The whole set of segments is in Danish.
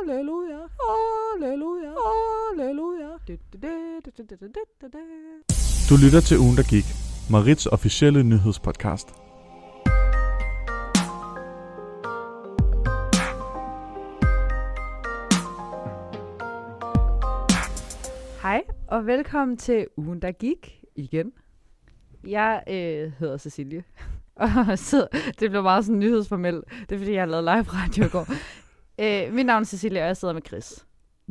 Halleluja, halleluja, halleluja. Du lytter til Ugen, der gik. Marits officielle nyhedspodcast. Hej, og velkommen til Ugen, der gik igen. Jeg hedder Cecilie, og det blev meget sådan nyhedsformelt. Det er, fordi jeg har lavet live radio i går. Mit navn er Cecilie, og jeg sidder med Chris.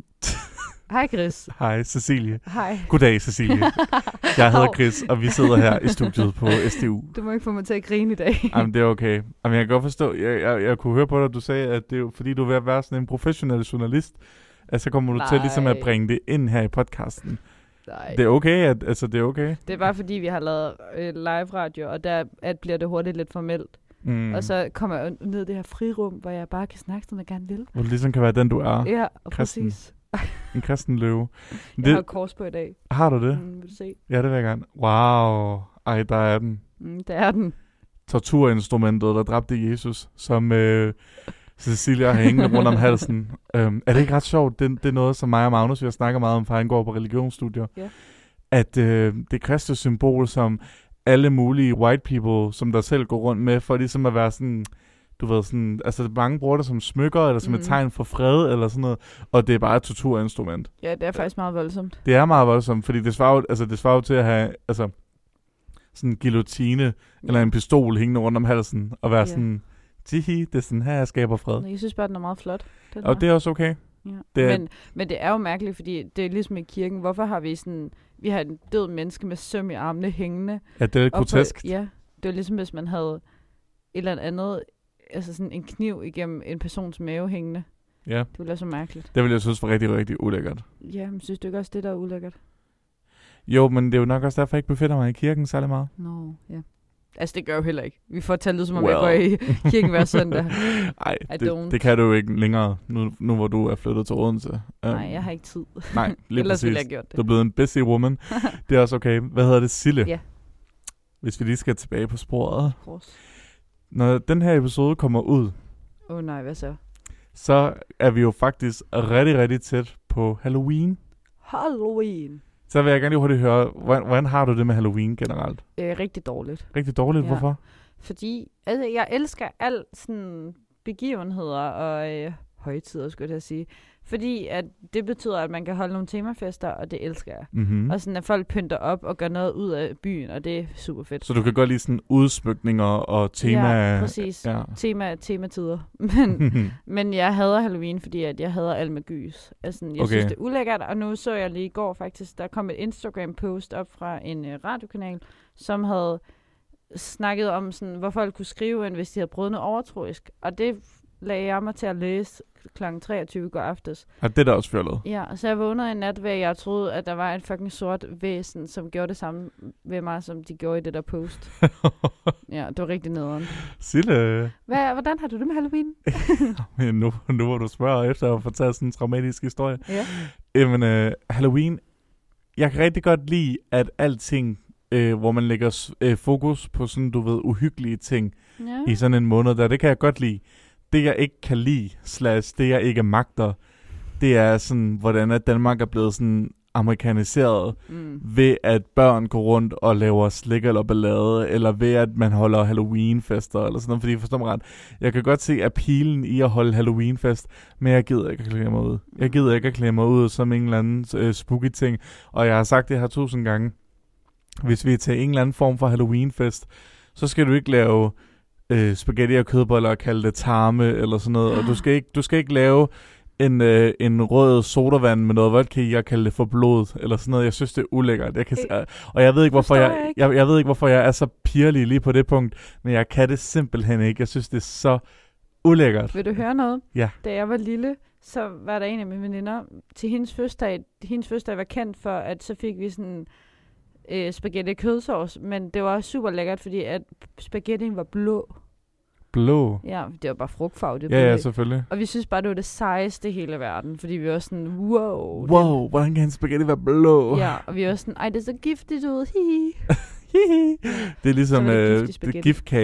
Hej Chris. Hej Cecilie. Hej. Goddag Cecilie. Jeg hedder Chris, og vi sidder her i studiet på SDU. Du må ikke få mig til at grine i dag. Jamen, det er okay. Jamen, jeg kan godt forstå, jeg kunne høre på dig, at du sagde, at det er jo, fordi du er ved at være sådan en professionel journalist, at så kommer du til ligesom at bringe det ind her i podcasten. Nej. Det er okay, det er okay. Det er bare fordi, vi har lavet live radio, og der bliver det hurtigt lidt formelt. Og så kommer jeg ned i det her frirum, hvor jeg bare kan snakke, som jeg gerne vil. Hvor du ligesom kan være den, du er. Ja, kristen. Præcis. En kristen løve. Jeg har kors på i dag. Har du det? Vil du se? Ja, det vil jeg gerne. Wow. Ej, der er den. Det er den. Torturinstrumentet, der dræbte Jesus, som Cecilia har hængende rundt om halsen. Er det ikke ret sjovt? Det er noget, som mig og Magnus, vi har snakket meget om, for han går på religionsstudier. Yeah. At det kristne symbol, som alle mulige white people, som der selv går rundt med, for ligesom at være sådan, du ved sådan, altså mange bruger det som smykker, eller som et tegn for fred, eller sådan noget, og det er bare et torturinstrument. Ja, det er faktisk meget voldsomt. Det er meget voldsomt, fordi det svarer jo til at have, altså, sådan en guillotine, eller en pistol hængende rundt om halsen, og være sådan, det er sådan her, jeg skaber fred. Jeg synes bare, den er meget flot. Og det er også okay. Ja. Men det er jo mærkeligt, fordi det er ligesom i kirken. Hvorfor har vi har en død menneske med søm i armene hængende? Ja, det er lidt grotesk. Ja, det var ligesom hvis man havde et eller andet, altså sådan en kniv igennem en persons mave hængende. Ja. Det ville være så mærkeligt. Det ville jeg synes var rigtig, rigtig ulækkert. Ja, men synes du ikke også, det der er ulækkert? Jo, men det er jo nok også derfor, jeg ikke befinder mig i kirken særlig meget. Ja. Altså, det gør jo heller ikke. Vi får talt ud, som om jeg går i kirken hver søndag. Nej, det kan du jo ikke længere, nu hvor du er flyttet til Odense. Nej, jeg har ikke tid. Nej, lige ellers præcis. ville jeg gjort det. Du er blevet en busy woman. Det er også okay. Hvad hedder det? Sille? Ja. Hvis vi lige skal tilbage på sporet. Når den her episode kommer ud. Nej, hvad så? Så er vi jo faktisk rigtig, rigtig tæt på Halloween. Halloween. Så vil jeg gerne lige hurtigt høre, hvordan har du det med Halloween generelt? Rigtig dårligt. Rigtig dårligt? Ja. Hvorfor? Fordi jeg elsker alt sådan begivenheder og højtider, skulle jeg sige. Fordi at det betyder, at man kan holde nogle temafester, og det elsker jeg. Mm-hmm. Og sådan, at folk pynter op og gør noget ud af byen, og det er super fedt. Så du kan godt lide sådan udsmykninger og tema... Ja, præcis. Ja. Tematider. Men jeg hader Halloween, fordi at jeg hader alt med gys. Altså, jeg synes, det er ulækkert, og nu så jeg lige i går faktisk, der kom et Instagram-post op fra en radiokanal, som havde snakket om, sådan, hvor folk kunne skrive ind, hvis de havde prøvet noget overtroisk. Og det lagde jeg mig til at læse kl. 23 går aftes. Og det er da også fjollet. Ja, så jeg vågnede en nat ved, at jeg troede, at der var et fucking sort væsen, som gjorde det samme ved mig, som de gjorde i det der post. Ja, det var rigtig nederen. Sille. Hvordan har du det med Halloween? nu hvor du spørger efter at fortælle sådan en traumatisk historie. Ja. Jamen, Halloween, jeg kan rigtig godt lide, at alting, hvor man lægger fokus på sådan, du ved, uhyggelige ting i sådan en måned der, det kan jeg godt lide. Det jeg ikke kan lide, det jeg ikke magter, det er sådan, hvordan at Danmark er blevet sådan amerikaniseret ved, at børn går rundt og laver slik eller ballade, eller ved, at man holder Halloweenfester, eller sådan noget, fordi forstår mig ret. Jeg kan godt se appealen i at holde Halloweenfest, men jeg gider ikke at klæde mig ud. Jeg gider ikke at klæde mig ud som en eller anden spooky ting, og jeg har sagt det her 1000 gange. Hvis vi er til en eller anden form for Halloweenfest, så skal du ikke lave spaghetti og kødboller og kalde det tarme eller sådan noget, og du skal ikke lave en rød sodavand med noget vodka i og kalde det for blod eller sådan noget. Jeg synes det er ulækkert. Og jeg ved ikke hvorfor jeg ved ikke hvorfor jeg er så pirlig lige på det punkt, men jeg kan det simpelthen ikke. Jeg synes det er så ulækkert. Vil du høre noget? Ja. Da jeg var lille, så var der en af mine veninder til hendes fødselsdag var kendt for, at så fik vi sådan spaghetti kødsovs, men det var super lækkert, fordi at spaghettien var blå. Blå? Ja, det var bare frugtfarve. Ja, selvfølgelig. Og vi synes bare, det var det sejeste i hele verden, fordi vi var sådan, wow. Wow, hvordan kan en spaghetti være blå? Ja, og vi var sådan, ej, det er så giftigt ud, hihi. Det er ligesom det giftkage.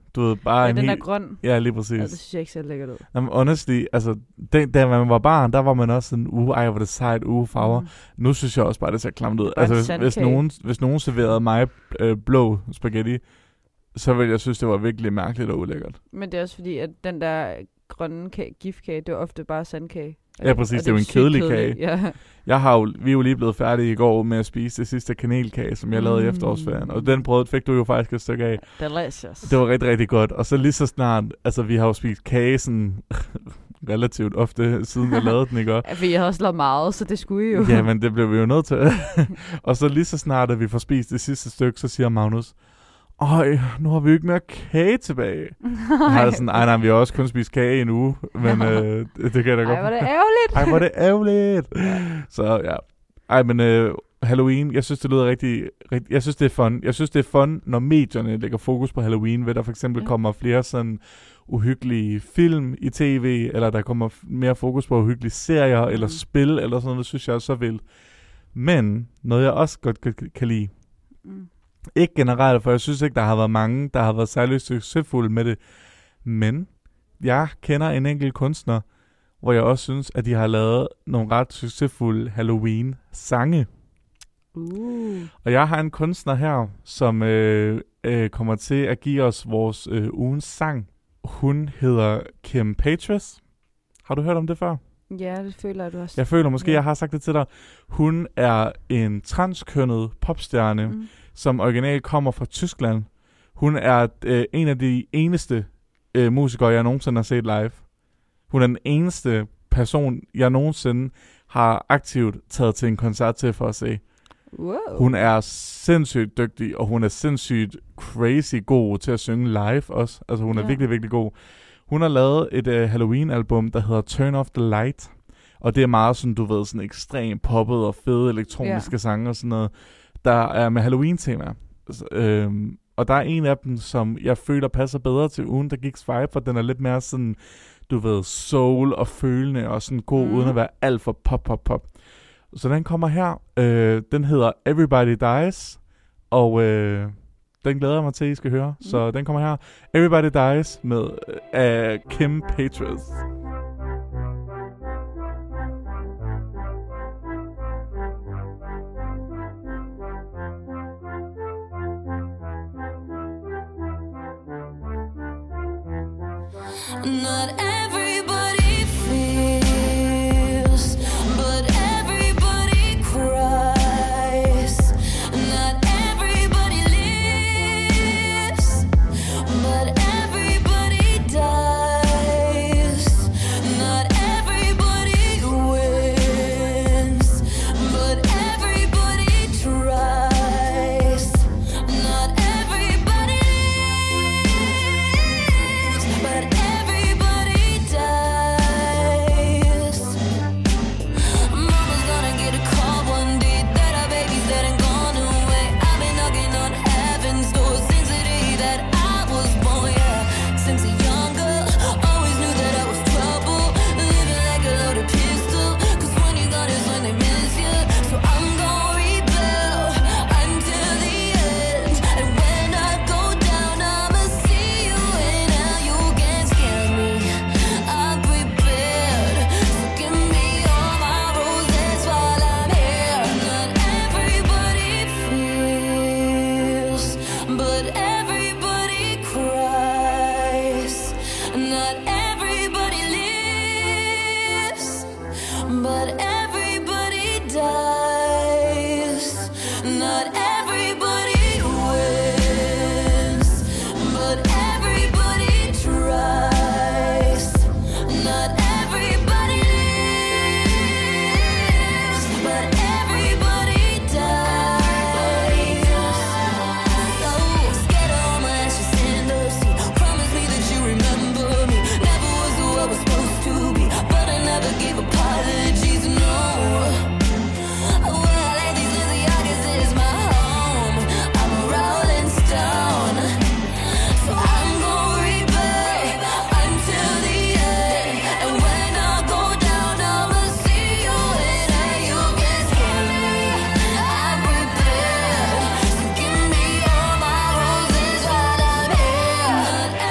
Du ved, bare den er grøn. Ja, lige præcis. Ja, det synes jeg ikke så lækkert ud. Jamen, honestly, altså, da man var barn, der var man også sådan, hvor det sejt, farver. Nu synes jeg også bare, det ser klamt ud. Altså, hvis nogen serverede mig blå spaghetti, så ville jeg synes, det var virkelig mærkeligt og ulækkert. Men det er også fordi, at den der grønne giftkage, det var ofte bare sandkage. Ja, præcis. Det er jo en kedelig kage. Ja. Vi er jo lige blevet færdige i går med at spise det sidste kanelkage, som jeg lavede i efterårsferien. Og den brød fik du jo faktisk et stykke af. Delicious. Det var rigtig, rigtig godt. Og så lige så snart, altså vi har jo spist kage sådan relativt ofte, siden jeg lavede den, ikke? Ja, for jeg har også lavet meget, så det skulle jo. Ja, men det blev vi jo nødt til. Og så lige så snart, at vi får spist det sidste stykke, så siger Magnus, nu har vi jo ikke mere kage tilbage. Jeg har sådan, nej, vi har også kun spist kage i en uge, men det kan jeg da godt. Ej, hvor er det ærgerligt. Så ja. Ej, men Halloween, jeg synes, det lyder rigtig, jeg synes, det er fun. Jeg synes, det er fun, når medierne lægger fokus på Halloween, ved der for eksempel kommer flere sådan uhyggelige film i tv, eller der kommer mere fokus på uhyggelige serier, eller spil, eller sådan noget, det synes jeg også så vil. Men noget, jeg også godt kan lide, ikke generelt, for jeg synes ikke, der har været mange, der har været særligt succesfulde med det. Men jeg kender en enkelt kunstner, hvor jeg også synes, at de har lavet nogle ret succesfulde Halloween-sange. Og jeg har en kunstner her, som kommer til at give os vores ugens sang. Hun hedder Kim Petras. Har du hørt om det før? Ja, det føler jeg, du også. Jeg føler måske, jeg har sagt det til dig. Hun er en transkønnet popstjerne, som originalt kommer fra Tyskland. Hun er en af de eneste musikere, jeg nogensinde har set live. Hun er den eneste person, jeg nogensinde har aktivt taget til en koncert til for at se. Wow. Hun er sindssygt dygtig, og hun er sindssygt crazy god til at synge live også. Altså hun er virkelig, virkelig god. Hun har lavet et Halloween-album, der hedder Turn Off the Light. Og det er meget sådan, du ved, sådan ekstremt poppet og fede elektroniske sange og sådan noget, der er med Halloween-tema. Og der er en af dem, som jeg føler passer bedre til ugen, der gik vibe, for den er lidt mere sådan, du ved, soul og følende og sådan god, uden at være alt for pop. Så den kommer her. Den hedder Everybody Dies, og den glæder jeg mig til, I skal høre. Så den kommer her. Everybody Dies med Kim Petras. Not everybody feels, but everybody cries. Not everybody lives, but everybody dies. Not everybody wins, but everybody tries. Not everybody lives, but everybody dies. Mama's gonna get a call one day that our baby's dead and gone away. I've been knocking on heaven's door since the day that I was born, yeah. Since a young girl, always knew that I was trouble, living like a loaded pistol. Cause when you're gone is when they miss you. So I'm gonna rebel until the end. And when I go down, I'ma see you, and now you can't scare me. I'm prepared, so give me all my roses while I'm here. Not everybody feels, but everybody cries. Not everybody lives, but everybody dies. Not everybody wins, but everybody tries. Not everybody lives, but everybody dies. Oh, scared of all my ashes in the sea. Promise me that you remember me. Never was who I was supposed to be, but I never gave apologies, no. Well, I these Lizzie August is my home. I'm a rolling stone, so I'm gonna rebel until the end. And when I go down, I'ma see you, and now you can scare me. I'm prepared, so give me all my roses while I'm here. Not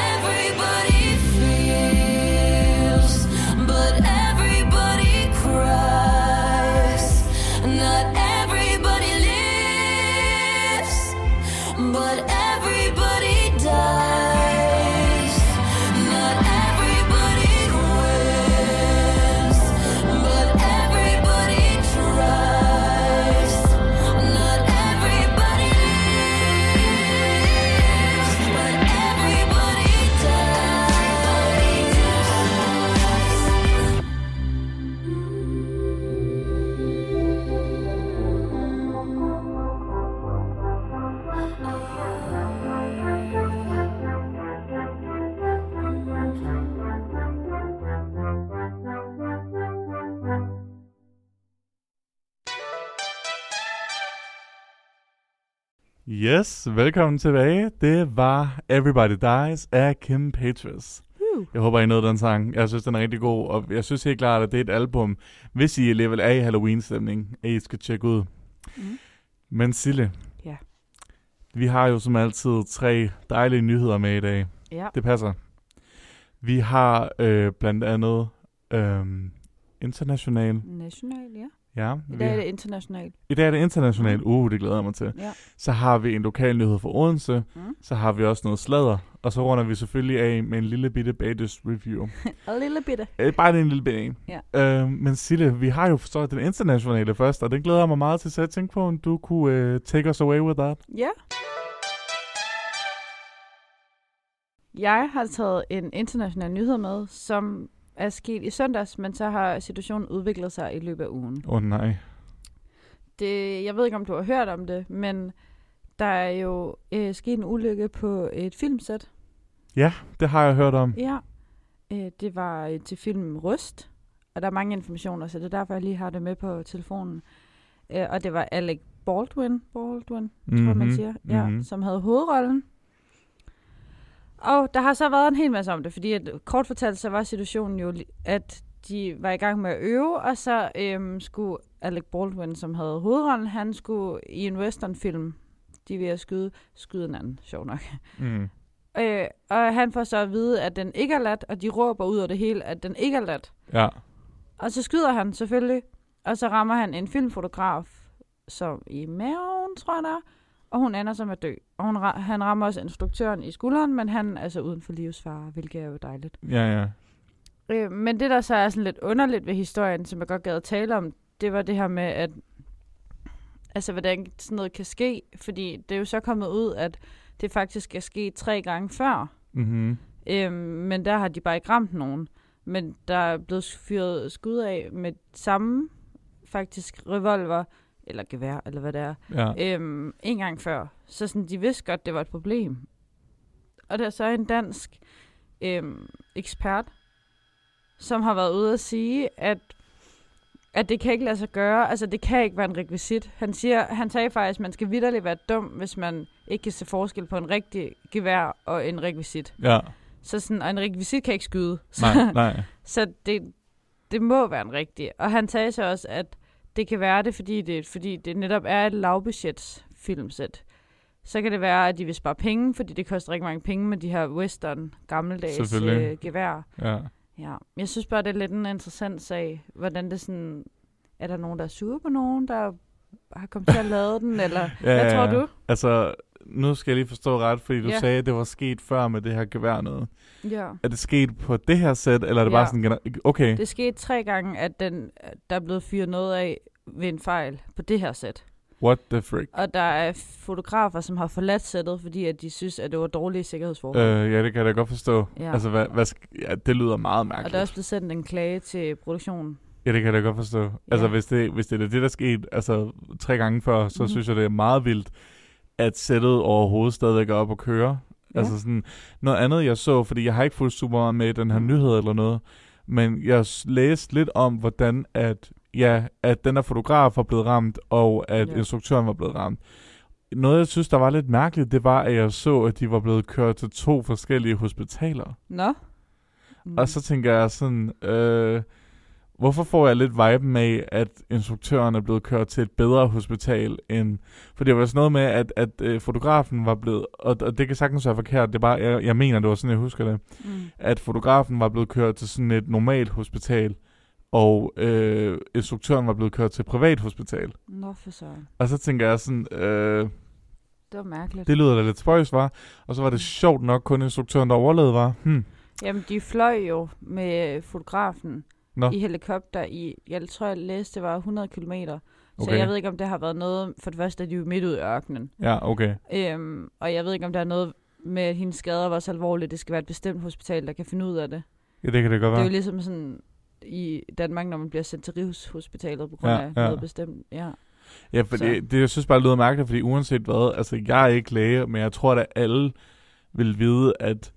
Yes, velkommen tilbage. Det var Everybody Dies af Kim Petras. Jeg håber, I nåede den sang. Jeg synes, den er rigtig god, og jeg synes helt klart, at det er et album, hvis I alligevel er i Halloween-stemning, at I skal tjekke ud. Men Sille, vi har jo som altid 3 dejlige nyheder med i dag. Ja. Det passer. Vi har blandt andet international. National, ja. Ja, I dag er det internationalt. I dag er det internationalt. Det glæder jeg mig til. Ja. Så har vi en lokal nyhed fra Odense. Så har vi også noget sladder. Og så runder vi selvfølgelig af med en lille bitte bagdyst review. En lille bitte. Bare en lille bitte en. Ja. Men Sille, vi har jo forstået den internationale først, og den glæder jeg mig meget til. Så jeg tænkte på, om du kunne take us away with that. Ja. Jeg har taget en international nyhed med, som er sket i søndags, men så har situationen udviklet sig i løbet af ugen. Nej. Jeg ved ikke, om du har hørt om det, men der er jo sket en ulykke på et filmsæt. Ja, det har jeg hørt om. Ja, det var til filmen Rust, og der er mange informationer, så det er derfor, jeg lige har det med på telefonen. Og det var Alec Baldwin tror man siger, som havde hovedrollen. Og der har så været en hel masse om det, fordi at, kort fortalt, så var situationen jo, at de var i gang med at øve, og så skulle Alec Baldwin, som havde hovedrollen, han skulle i en westernfilm, de vil at skyde en anden, sjov nok. Og han får så at vide, at den ikke er ladt, og de råber ud af det hele, at den ikke er ladt. Ja. Og så skyder han selvfølgelig, og så rammer han en filmfotograf, som i maven, tror jeg der, og hun ender så med at dø. Og han rammer også instruktøren i skulderen, men han er altså uden for livsfare, hvilket er jo dejligt. Ja. Men det, der så er sådan lidt underligt ved historien, som jeg godt gad at tale om, det var det her med, at altså, hvordan sådan noget kan ske. Fordi det er jo så kommet ud, at det faktisk er sket 3 gange før. Men der har de bare ikke ramt nogen. Men der er blevet fyret skud af med samme faktisk revolver, eller gevær, eller hvad det er, en gang før. Så sådan, de vidste godt, det var et problem. Og der er så en dansk ekspert, som har været ude at sige, at det kan ikke lade sig gøre. Altså, det kan ikke være en rekvisit. Han sagde faktisk, at man skal vitterligt være dum, hvis man ikke kan se forskel på en rigtig gevær og en rekvisit. Ja. Så sådan, og en rekvisit kan ikke skyde. Nej. Så det må være en rigtig. Og han sagde så også, at det kan være det, fordi det netop er et lavbudgets filmsæt. Så kan det være, at de vil spare penge, fordi det koster rigtig mange penge med de her western gammeldags gevær. Ja. Jeg synes bare, det er lidt en interessant sag, hvordan det sådan, er der nogen, der er sure på nogen, der har kommet til at lave den, eller hvad tror du? Altså, nu skal jeg lige forstå ret, fordi du sagde, at det var sket før med det her gevær noget. Ja. Er det sket på det her sæt, eller er det bare sådan okay? Det skete 3 gange, at der er blevet fyret noget af ved en fejl på det her sæt. What the frick? Og der er fotografer, som har forladt sættet, fordi at de synes, at det var dårlige sikkerhedsforhold. Ja, det kan jeg da godt forstå. Ja. Altså, det lyder meget mærkeligt. Og der er også blevet sendt en klage til produktionen. Ja, det kan jeg da godt forstå. Ja. Altså, hvis det er det, der skete 3 gange før, så synes jeg, det er meget vildt, at sættet overhovedet stadigvæk er op at køre. Ja. Altså sådan, noget andet jeg så, fordi jeg har ikke fulgt super meget med i den her nyhed eller noget, men jeg læste lidt om, hvordan at den her fotograf var blevet ramt, og at instruktøren var blevet ramt. Noget, jeg synes, der var lidt mærkeligt, det var, at jeg så, at de var blevet kørt til 2 forskellige hospitaler. Nå. Og så tænker jeg sådan, hvorfor får jeg lidt viben af, at instruktøren er blevet kørt til et bedre hospital end... For det var sådan noget med, at fotografen var blevet... Og det kan sagtens være forkert, det er bare... Jeg mener, det var sådan, jeg husker det. At fotografen var blevet kørt til sådan et normalt hospital, og instruktøren var blevet kørt til et privat hospital. Nå for søren. Og så tænker jeg sådan... det var mærkeligt. Det lyder da lidt spøjs, var. Og så var det sjovt nok kun instruktøren, der overlevede, var. Jamen, de fløj jo med fotografen i helikopter i, jeg tror, jeg læste, det var 100 kilometer. Så jeg ved ikke, om det har været noget, for det første er de jo midt ude i ørkenen. Ja, okay. Og jeg ved ikke, om der er noget med, at hendes skader var så alvorligt, det skal være et bestemt hospital, der kan finde ud af det. Ja, det kan det godt være. Det er jo ligesom sådan i Danmark, når man bliver sendt til Rigshospitalet på grund af noget bestemt. Ja, for det, jeg synes bare, det lyder mærkeligt, fordi uanset hvad, altså jeg er ikke læge, men jeg tror, at alle vil vide, at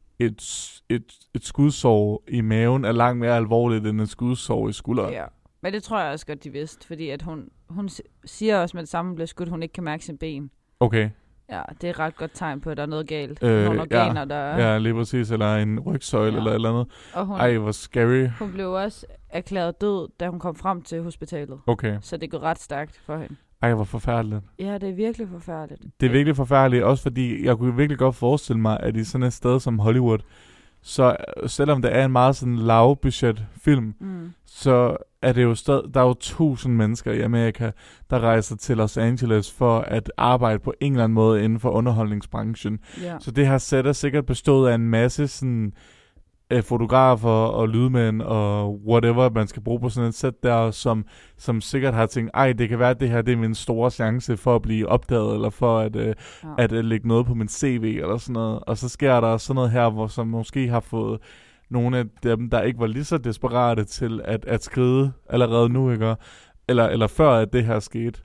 et skudsår i maven er langt mere alvorligt end et skudsår i skulderen. Ja, men det tror jeg også godt, de vidste, fordi at hun siger også med det samme, bliver skudt, hun ikke kan mærke sin ben. Okay. Ja, det er et ret godt tegn på, at der er noget galt. Nogle organer, der... Ja, lige præcis. Eller en rygsøjle eller et eller andet. Og Ej, hvor scary. Hun blev også erklæret død, da hun kom frem til hospitalet. Okay. Så det går ret stærkt for hende. Ej, hvor forfærdeligt. Ja, det er virkelig forfærdeligt. Det er virkelig forfærdeligt, også fordi jeg kunne virkelig godt forestille mig, at i sådan et sted som Hollywood, så selvom det er en meget sådan lavbudget film, så er det jo der er jo 1000 mennesker i Amerika, der rejser til Los Angeles for at arbejde på en eller anden måde inden for underholdningsbranchen. Ja. Så det her sæt er sikkert bestået af en masse sådan fotografer og lydmænd og whatever, man skal bruge på sådan et sæt der, som sikkert har tænkt, ej, det kan være, at det her det er min store chance for at blive opdaget, eller for at lægge noget på min CV, eller sådan noget. Og så sker der sådan noget her, hvor som måske har fået nogle af dem, der ikke var lige så desperate til at skride allerede nu, ikke? Eller før, at det her skete.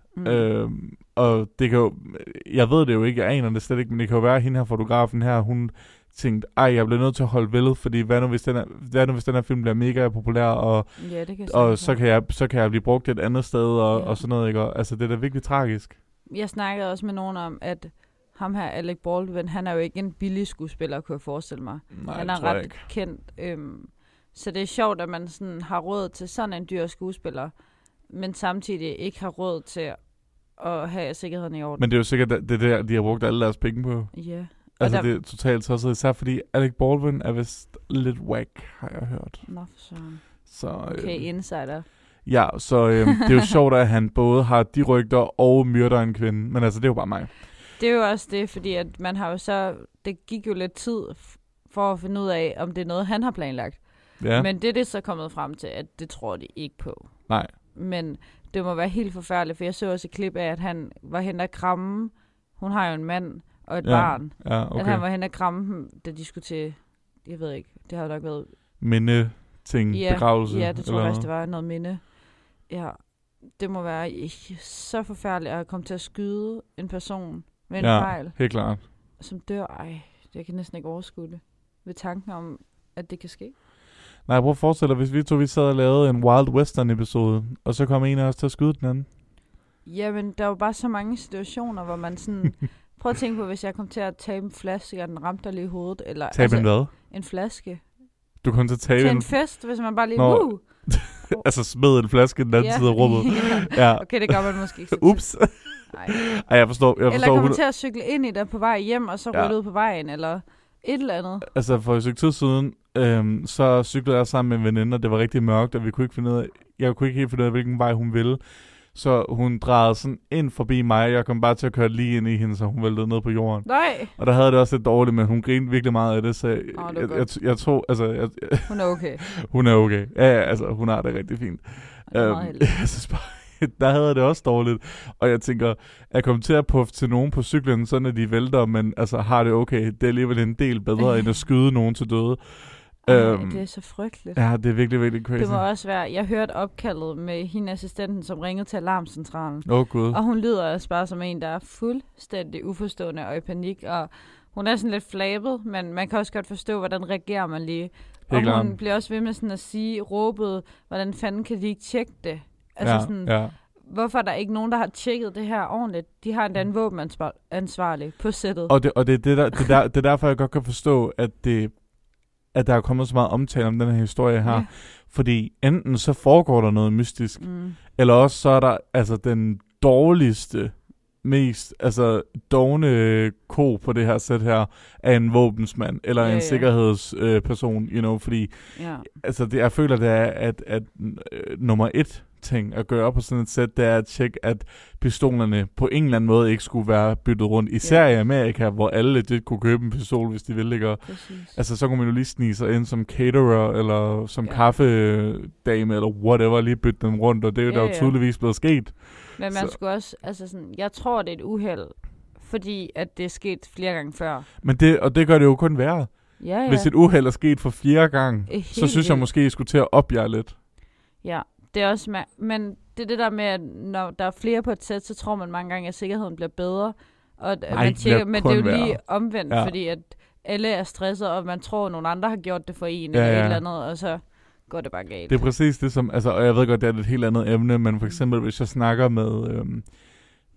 Og det kan jo, jeg ved det jo ikke, jeg aner det slet ikke, men det kan jo være, at hende her fotografen her, hun tænkte, ej, jeg bliver nødt til at holde ved, fordi hvad nu hvis den her film bliver mega populær, og så kan jeg blive brugt et andet sted, og sådan noget, ikke? Altså, det er da virkelig tragisk. Jeg snakkede også med nogen om, at ham her, Alec Baldwin, han er jo ikke en billig skuespiller, kunne jeg forestille mig. Nej, han er ret kendt. Så det er sjovt, at man sådan har råd til sådan en dyr skuespiller, men samtidig ikke har råd til at have sikkerheden i orden. Men det er jo sikkert, det der, de har brugt alle deres penge på. Ja. Altså, det er totalt tosset, især fordi Alec Baldwin er vist lidt whack, har jeg hørt. Nå, for søren. Så, okay, insider. Ja, så det er jo sjovt, at han både har de rygter og myrder en kvinde, men altså, det er jo bare mig. Det er jo også det, fordi at man har jo så, det gik jo lidt tid for at finde ud af, om det er noget, han har planlagt. Ja. Men det er så kommet frem til, at det tror de ikke på. Nej. Men det må være helt forfærdeligt, for jeg så også et klip af, at han var henne at kramme. Hun har jo en mand og et barn. Ja, okay. At han var henne at kramme dem, da de skulle til, jeg ved ikke, det har jo nok været... Minde-ting, begravelse. Ja, det tror jeg faktisk, det var noget minde. Ja, det må være så forfærdeligt at komme til at skyde en person med en fejl. Ja, helt klart. Som dør. Ej, det kan næsten ikke overskue det. Ved tanken om, at det kan ske. Nej, prøv at forestille dig, hvis vi sad og lavede en Wild Western episode, og så kom en af os til at skyde den anden. Jamen, der var bare så mange situationer, hvor man sådan... Prøv at tænke på, hvis jeg kom til at tabe en flaske, og den ramte dig lige i hovedet. Eller, tabe en hvad? En flaske. Du kom til at tabe til en fest, hvis man bare lige... Altså smed en flaske den anden side af rummet. Ja. Okay, det gør man måske ikke. Ups. Ej, jeg forstår. Eller komme til at cykle ind i dig på vej hjem, og så rulle ud på vejen, eller et eller andet. Altså, for et stykke tid siden, så cyklede jeg sammen med en veninde, og det var rigtig mørkt, og jeg kunne ikke helt finde ud af, hvilken vej hun ville. Så hun drejede sådan ind forbi mig, jeg kom bare til at køre lige ind i hende, så hun væltede ned på jorden. Nej. Og der havde det også lidt dårligt, men hun grinede virkelig meget af det, så jeg tror, altså... Hun er okay. Hun er okay. Ja, altså, hun har det rigtig fint. Jeg synes bare, der havde det også dårligt. Og jeg tænker, jeg kommer til at puffe til nogen på cyklen, sådan at de vælter, men altså har det okay. Det er alligevel en del bedre, end at skyde nogen til døde. Det er så frygteligt. Ja, det er virkelig, virkelig crazy. Det må også være, jeg hørte opkaldet med hende assistenten, som ringede til alarmcentralen. Gud. Og hun lyder også bare som en, der er fuldstændig uforstående og i panik, og hun er sådan lidt flabet, men man kan også godt forstå, hvordan reagerer man lige. Og hun bliver også ved med sådan at sige, råbet, hvordan fanden kan de ikke tjekke det? Altså hvorfor er der ikke nogen, der har tjekket det her ordentligt? De har endda en våbenansvarlig på sættet. Og det er derfor, jeg godt kan forstå, at der er kommet så meget omtale om den her historie her. Ja. Fordi enten så foregår der noget mystisk, eller også så er der altså den dårligste, mest dovne ko på det her sæt her, af en våbensmand, eller en sikkerhedsperson, fordi altså jeg føler, det er, at nummer 1 ting at gøre på sådan et sæt, det er at tjekke, at pistolerne på en eller anden måde ikke skulle være byttet rundt. Især i Amerika, hvor alle legit kunne købe en pistol, hvis de ville, ikke? Altså, så kunne man jo lige snige sig ind som caterer, eller som kaffedame, eller whatever, lige bytte dem rundt, og det er jo der jo tydeligvis blevet sket. Men man skulle også, jeg tror, det er et uheld, fordi at det er sket flere gange før. Men det gør det jo kun værre. Ja. Hvis et uheld er sket for 4 gange, så synes jeg måske, I skulle til at opjage lidt. Ja. Det er også men det er det der med, at når der er flere på et sæt, så tror man mange gange, at sikkerheden bliver bedre. Og man tjekker, men det er jo lige omvendt, fordi at alle er stresset, og man tror, at nogle andre har gjort det for en, eller et eller andet, og så går det bare galt. Det er præcis det som, og jeg ved godt, det er et helt andet emne, men for eksempel, hvis jeg snakker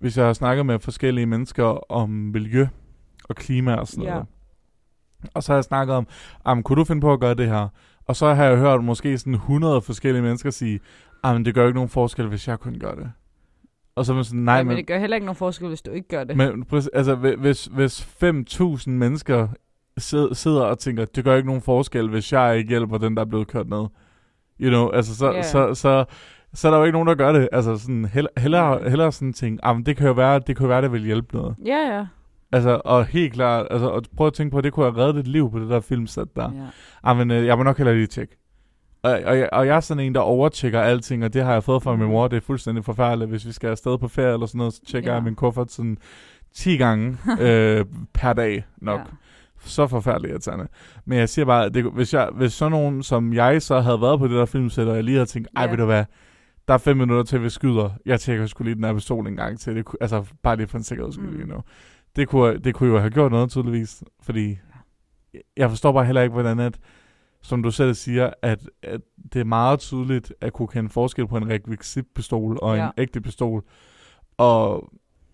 hvis jeg har snakket med forskellige mennesker om miljø og klima og sådan noget. Og så har jeg snakket om, kunne du finde på at gøre det her? Og så har jeg hørt måske sådan 100 forskellige mennesker sige, men det gør ikke nogen forskel, hvis jeg kun gør det. Og så er man sådan, nej, men det gør heller ikke nogen forskel, hvis du ikke gør det. Men altså, hvis 5.000 mennesker sidder og tænker, det gør ikke nogen forskel, hvis jeg ikke hjælper den, der er blevet kørt ned. You know, altså, så er der jo ikke nogen, der gør det. Altså, sådan, hellere sådan ting, men det kan jo være, det vil hjælpe noget. Ja, ja. Altså, og helt klart, altså, og prøv at tænke på, at det kunne have reddet dit liv på det der filmsæt der. Ja. Men jeg må nok hellere lige tjekke. Og jeg er sådan en, der overtjekker alting, og det har jeg fået fra min mor. Det er fuldstændig forfærdeligt. Hvis vi skal afsted på ferie eller sådan noget, så tjekker jeg min kuffert sådan 10 gange per dag nok. Ja. Så forfærdeligt irriterende. Men jeg siger bare, hvis sådan nogen som jeg så havde været på det der filmsæt, og jeg lige havde tænkt, ved du hvad, der er 5 minutter til, vi skyder. Jeg tjekker sgu lige den her pistol en gang til. Altså, bare lige for en sikkerheds skyld, you know. Det kunne jo have gjort noget, tydeligvis. Fordi jeg forstår bare heller ikke, hvordan som du selv siger, at det er meget tydeligt at kunne kende forskel på en rekvisitpistol og en ægte pistol. Og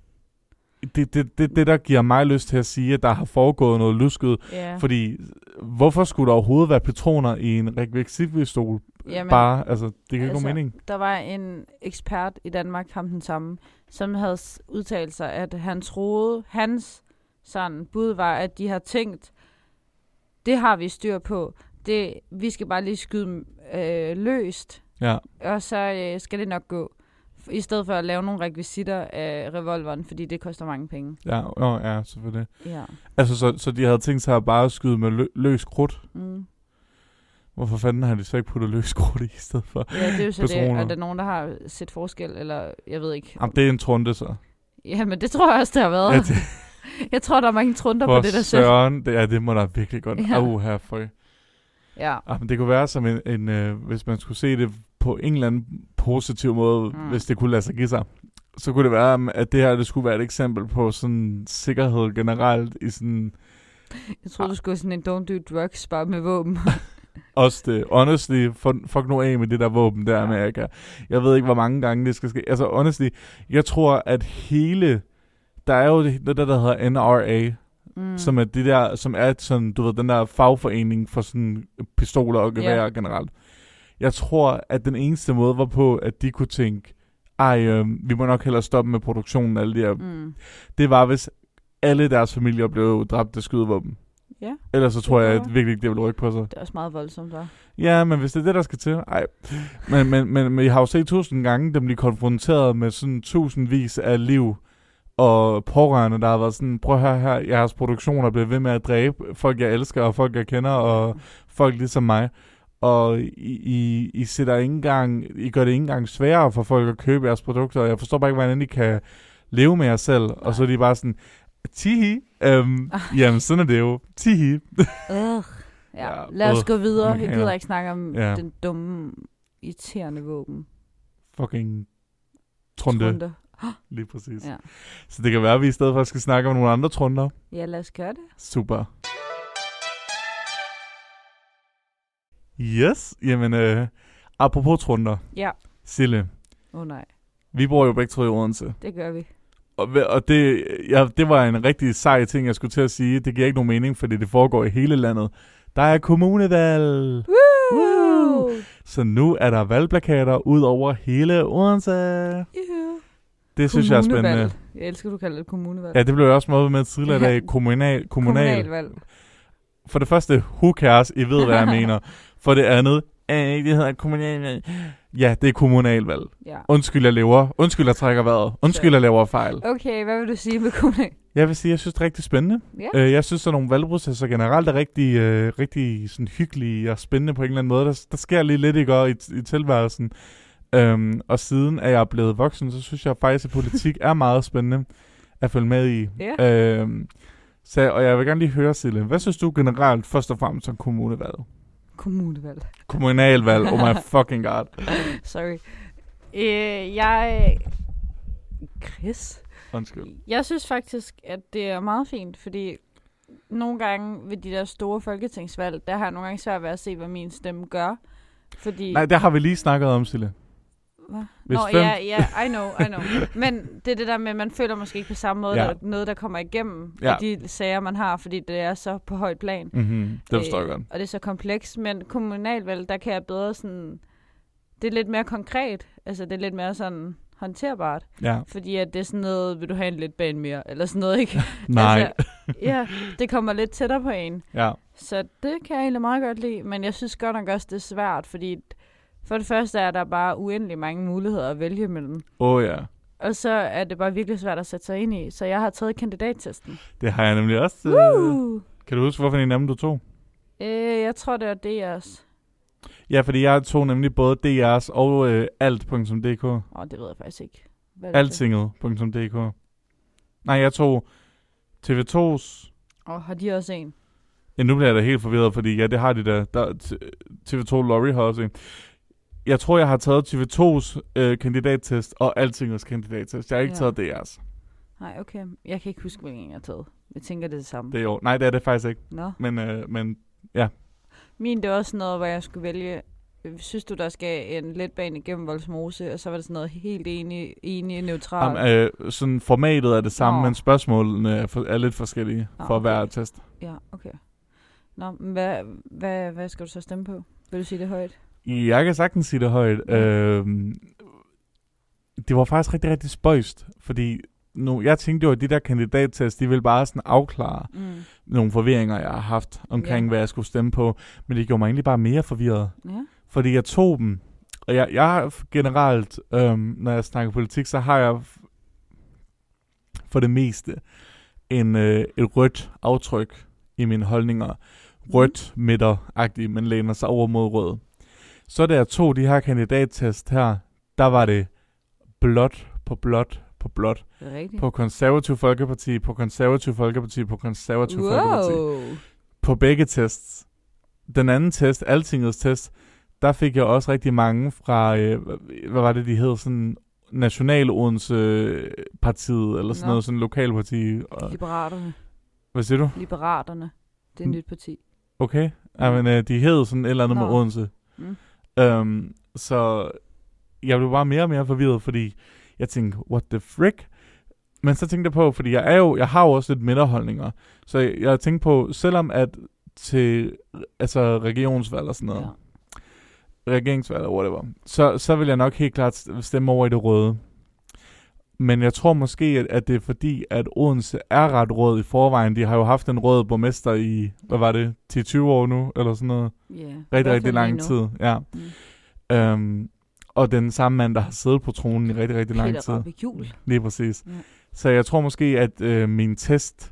det der giver mig lyst til at sige, at der har foregået noget lusket. Yeah. Fordi hvorfor skulle der overhovedet være patroner i en rekvisitpistol? Bare, altså, det kan ikke nogen mening. Der var en ekspert i Danmark, ham den samme, som havde udtalt sig, at han troede, hans sådan bud var, at de har tænkt, det har vi styr på. Vi skal bare lige skyde løst, og så skal det nok gå. I stedet for at lave nogle rekvisitter af revolveren, fordi det koster mange penge. Ja, selvfølgelig. Ja. Altså, så de havde tænkt sig at bare skyde med løs krudt? Mm. Hvorfor fanden har de så ikke puttet løs krudt i stedet for? Ja, det er jo så det. Er der nogen, der har set forskel, eller jeg ved ikke. Jamen, det er en trunde, så. Ja, men det tror jeg også, det har været. Ja, jeg tror, der er mange trunder på det der sæt. Søren, det må der virkelig godt. Herfra. Ja. Men det kunne være som hvis man skulle se det på en eller anden positiv måde, hvis det kunne lade sig give sig, så kunne det være, at det her det skulle være et eksempel på sådan sikkerhed generelt i sådan... Jeg troede, du skulle sådan en don't do drugs, bare med våben. Også det. Honestly, fuck nu af med det der våben der, Amerika. Jeg ved ikke, hvor mange gange det skal ske. Altså, honestly, jeg tror, at der er jo det der hedder NRA, som er det der, som er sådan, du ved, den der fagforening for sådan pistoler og geværer generelt. Jeg tror, at den eneste måde var på, at de kunne tænke, vi må nok hellere stoppe med produktionen af alle de her. Det var, hvis alle deres familier blev dræbt af skydevåben. Ja. Ellers så tror jeg at virkelig ikke, det vil rykke på sig. Det er også meget voldsomt, der. Ja, men hvis det er det, der skal til. Men jeg har jo set 1000 gange, dem blive konfronteret med sådan tusindvis af liv og pårørende, der har været sådan, prøv at høre her, jeres produktioner bliver ved med at dræbe folk, jeg elsker, og folk, jeg kender, og folk ligesom mig. Og I sætter ikke engang, I gør det ikke engang sværere for folk at købe jeres produkter, og jeg forstår bare ikke, hvordan I kan leve med jer selv. Nej. Og så er de bare sådan, tihi, jamen sådan er det jo, tihi. Ja. Lad os gå videre. Jeg gider ikke snakke om den dumme, irriterende våben. Fucking trunde. Lige præcis. Ja. Så det kan være, at vi i stedet for skal snakke om nogle andre trunder. Ja, lad os gøre det. Super. Yes, jamen apropos trunder. Ja. Sille. Nej. Vi bor jo begge to i Odense. Det gør vi. Og det var en rigtig sej ting, jeg skulle til at sige. Det giver ikke nogen mening, fordi det foregår i hele landet. Der er kommunevalg. Woo! Så nu er der valgplakater ud over hele Odense. Det synes jeg er spændende. Jeg elsker, du kalder det kommunevalg. Ja, det blev jeg også meget med tidligere dag. Kommunalvalg. For det første, who cares? I ved, hvad jeg mener. For det andet, det hedder kommunalvalg. Ja, det er kommunalvalg. Ja. Undskyld, jeg trækker vejret. Undskyld, jeg laver fejl. Okay, hvad vil du sige med kommunal? Jeg vil sige, jeg synes, det er rigtig spændende. Yeah. Jeg synes, at nogle valgprocesser generelt er rigtig sådan hyggelige og spændende på en eller anden måde. Der sker lige lidt i tilværelsen. Og siden at jeg er blevet voksen, så synes jeg faktisk, at politik er meget spændende at følge med i. Yeah. Og jeg vil gerne lige høre, Sille, hvad synes du generelt først og fremmest om kommunevalg? Kommunalvalg, oh my fucking god. Sorry. Chris? Undskyld. Jeg synes faktisk, at det er meget fint, fordi nogle gange ved de der store folketingsvalg, der har jeg nogle gange svært ved at se, hvad min stemme gør. Fordi... Nej, det har vi lige snakket om, Sille. Nå, ja, I know. Men det er det der med, at man føler måske ikke på samme måde, der noget, der kommer igennem af de sager, man har, fordi det er så på højt plan. Mm-hmm. Det forstår jeg godt. Og det er så komplekst, men kommunalvalg, der kan jeg bedre sådan... Det er lidt mere konkret. Altså, det er lidt mere sådan håndterbart. Ja. Fordi at det er sådan noget, vil du have en lidt bane mere, eller sådan noget, ikke? Nej. Altså, det kommer lidt tættere på en. Ja. Så det kan jeg egentlig meget godt lide, men jeg synes godt nok også, det er svært, fordi for det første er der bare uendelig mange muligheder at vælge mellem. Ja. Og så er det bare virkelig svært at sætte sig ind i, så jeg har taget kandidattesten. Det har jeg nemlig også. Kan du huske, hvorfor en af dem du tog? Jeg tror, det var DR's. Ja, fordi jeg tog nemlig både DR's og alt.dk. Det ved jeg faktisk ikke. Altinget.dk. Nej, jeg tog TV2's. Har de også en? Ja, nu bliver jeg da helt forvirret, fordi det har de der TV2 Lorry har også en. Jeg tror, jeg har taget TV2's kandidattest og Altingets kandidattest. Jeg har ikke taget DR's. Nej, okay. Jeg kan ikke huske, hvilken jeg har taget. Jeg tænker, det er det samme. Det er jo. Nej, det er det faktisk ikke. Nå. Men ja. Min, det var også noget, hvor jeg skulle vælge, synes du, der skal en letbane igennem Vollsmose, og så var det sådan noget helt enig neutralt. Sådan formatet er det samme, men spørgsmålene er lidt forskellige for hver test. Ja, okay. Nå, men hvad skal du så stemme på? Vil du sige det højt? Jeg kan sagtens sige det højt. Det var faktisk rigtig, rigtig spøjst, fordi jeg tænkte jo, at de der kandidattest, de ville bare sådan afklare nogle forvirringer, jeg har haft omkring, hvad jeg skulle stemme på. Men det gjorde mig egentlig bare mere forvirret. Ja. Fordi jeg tog dem, og jeg har generelt, når jeg snakker politik, så har jeg for det meste et rødt aftryk i mine holdninger. Rødt midteragtigt, men læner sig over mod rød. Så da jeg tog de her kandidattest her, der var det blåt på blåt på blåt. På Konservativ Folkeparti, på Konservativ Folkeparti, på Konservativ Folkeparti. På begge tests. Den anden test, Altingets test, der fik jeg også rigtig mange fra, hvad var det, de hed, sådan National Odense Partiet, eller sådan noget, sådan lokalparti. Liberaterne. Hvad siger du? Liberaterne. Det er et nyt parti. Okay. Men de hed sådan et eller andet med Odense. Så jeg blev bare mere og mere forvirret, fordi jeg tænkte, what the frick? Men så tænkte jeg på, fordi jeg har jo også lidt midterholdninger. Så jeg tænkte på, selvom at til regionsvalg og sådan noget, regeringsvalg eller whatever, så vil jeg nok helt klart stemme over i det røde. Men jeg tror måske, at det er fordi, at Odense er ret rød i forvejen. De har jo haft en rød borgmester i, hvad var det, 10-20 år nu, eller sådan noget. Rigtig, rigtig lang tid. Ja. Og den samme mand, der har siddet på tronen i rigtig, rigtig lang tid. Lige præcis. Ja. Så jeg tror måske, at min test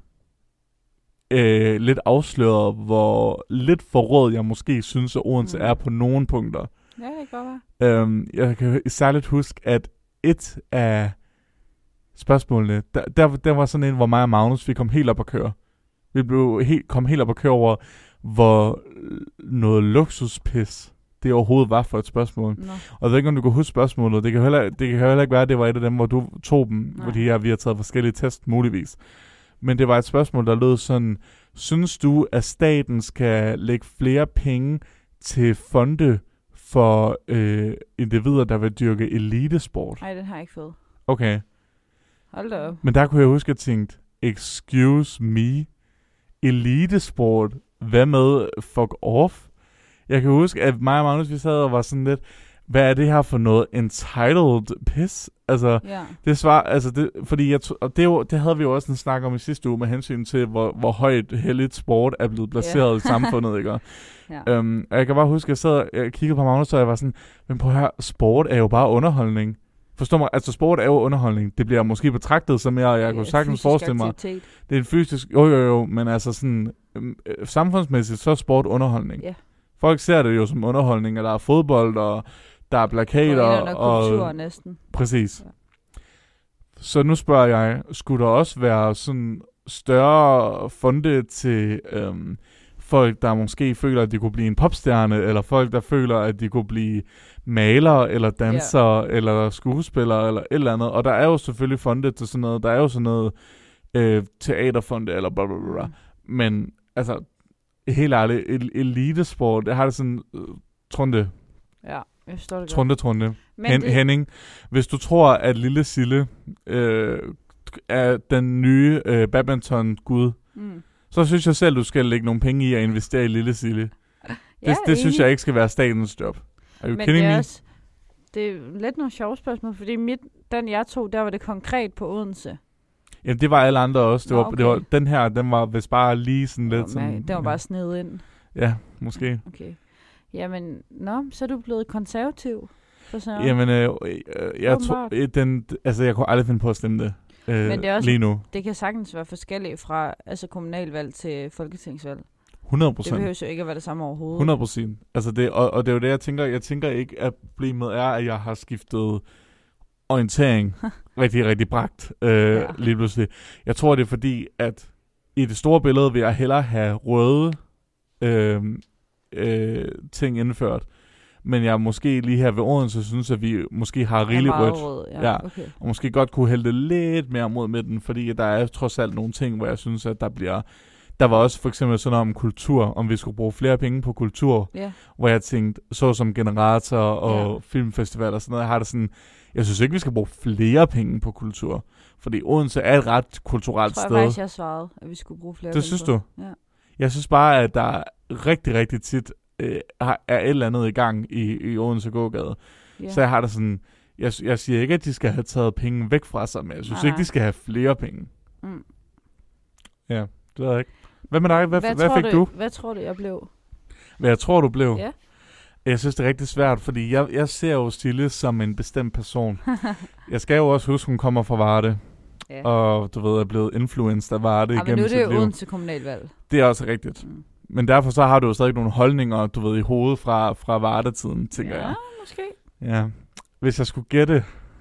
lidt afslørede, hvor lidt for rød jeg måske synes, at Odense er på nogle punkter. Ja, det kan godt være. Jeg kan særligt huske, at et af spørgsmålene, der var sådan en, hvor mig og Magnus, vi kom helt op at køre. Vi kom helt op at køre over, hvor noget luksuspis det overhovedet var for et spørgsmål. Nå. Og jeg ved ikke, om du kan huske spørgsmålet. Det kan heller ikke være, at det var et af dem, hvor du tog dem, fordi vi har taget forskellige test, muligvis. Men det var et spørgsmål, der lød sådan, synes du, at staten skal lægge flere penge til fonde for individer, der vil dyrke elitesport? Nej, den har jeg ikke fået. Okay. Hold da op. Men der kunne jeg huske, at jeg tænkte, excuse me, elitesport, hvad med fuck off? Jeg kan huske, at mig og Magnus, vi sad og var sådan lidt, hvad er det her for noget entitled piss? Altså, det svar, altså fordi det havde vi jo også en snak om i sidste uge med hensyn til, hvor højt helligt sport er blevet placeret i samfundet, ikke? Og jeg kan bare huske, at jeg kiggede på Magnus, og jeg var sådan, men prøv at høre, sport er jo bare underholdning. Forstår mig, altså sport er jo underholdning. Det bliver måske betragtet som mere, og jeg kunne sagtens forestille mig. Det er en fysisk, jo, men altså sådan, samfundsmæssigt, så er sport underholdning. Yeah. Folk ser det jo som underholdning, at der er fodbold, og der er plakater. Og kultur næsten. Præcis. Ja. Så nu spørger jeg, skulle der også være sådan større fonde til folk, der måske føler, at de kunne blive en popstjerne, eller folk, der føler, at de kunne blive malere, eller dansere, eller skuespillere, eller et eller andet. Og der er jo selvfølgelig fonde til sådan noget. Der er jo sådan noget teaterfonde, eller blablabla. Men altså, helt ærligt, elitesport, det har det sådan trunde. Ja, jeg forstår det godt. Trunde. Henning, hvis du tror, at Lille Sille er den nye badminton-gud, så synes jeg selv, du skal lægge nogle penge i at investere i Lille Sille. Det synes jeg ikke skal være statens job. Men det er også, det er lidt nogle sjove spørgsmål, fordi den jeg tog, der var det konkret på Odense. Jamen, det var alle andre også. Det var den her, den var vist bare lige sådan lidt sådan... Den var bare snedet ind. Ja, måske. Okay. Jamen, så er du blevet konservativ. Jamen, jeg tror... jeg kunne aldrig finde på at stemme det. Men det er også, lige nu. Det kan sagtens være forskelligt fra kommunalvalg til folketingsvalg. 100%. Det behøver jo ikke at være det samme overhovedet. 100%. Altså det, og det er jo det, jeg tænker. Jeg tænker ikke, at problemet er, at jeg har skiftet orientering rigtig, rigtig bragt lige pludselig. Jeg tror, det er fordi, at i det store billede vil jeg hellere have røde ting indført. Men jeg måske lige her ved Odense synes, at vi måske har rigeligt rødt. Okay. Og måske godt kunne hælde det lidt mere mod midten, fordi der er trods alt nogle ting, hvor jeg synes, at der bliver... Der var også for eksempel sådan noget om kultur, om vi skulle bruge flere penge på kultur, hvor jeg tænkte, så som generator og filmfestival og sådan noget, jeg har det sådan, jeg synes ikke, vi skal bruge flere penge på kultur, fordi Odense er et ret kulturelt sted. Jeg tror faktisk, jeg svarede, at vi skulle bruge flere penge. Det synes du? Ja. Jeg synes bare, at der rigtig, rigtig tit er et eller andet i gang i Odense gågade. Yeah. Så jeg har det sådan, jeg siger ikke, at de skal have taget penge væk fra sig, men jeg synes ikke, de skal have flere penge. Ja, det ved jeg ikke. Hvad med dig? Hvad fik du? Hvad tror du, jeg blev? Hvad jeg tror, du blev? Ja. Jeg synes, det er rigtig svært, fordi jeg ser jo Stille som en bestemt person. Jeg skal jo også huske, hun kommer fra Varde. Ja. Og du ved, er blevet influenced af Varde igennem sit liv. Men nu er det jo Odense kommunalvalg. Det er også rigtigt. Men derfor så har du jo stadig nogle holdninger, du ved, i hovedet fra Varde-tiden, tænker jeg. Ja, måske. Ja. Hvis jeg skulle gætte...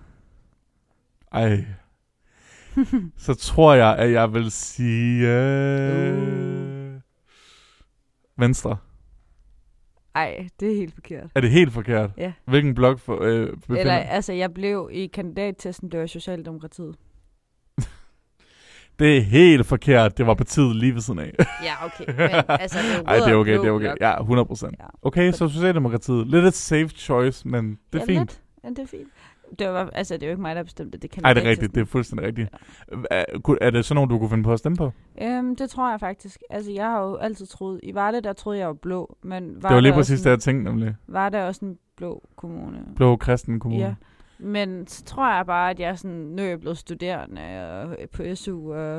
så tror jeg, at jeg vil sige... Venstre. Ej, det er helt forkert. Er det helt forkert? Ja. Hvilken blok Eller, jeg blev i kandidattesten, det var Socialdemokratiet. Det er helt forkert. Det var partiet lige ved siden af. Ja, okay. Men altså, det er okay. Ja, 100%. Ja. Okay, så Socialdemokratiet. Lidt et safe choice, men det er fint. Lidt. Ja, det er fint. Det er jo ikke mig, der bestemte det. Nej, det er rigtigt. Det er fuldstændig rigtigt. Ja. Er det sådan nogen, du kunne finde på at stemme på? Det tror jeg faktisk. Altså, jeg har jo altid troet... I Varde, der troede jeg var blå, men... Det var lige præcis det, jeg tænkte nemlig. Varde er også en blå kommune. Blå kristen kommune. Ja. Men så tror jeg bare, at jeg sådan... Nu er jeg blevet studerende og på SU. Og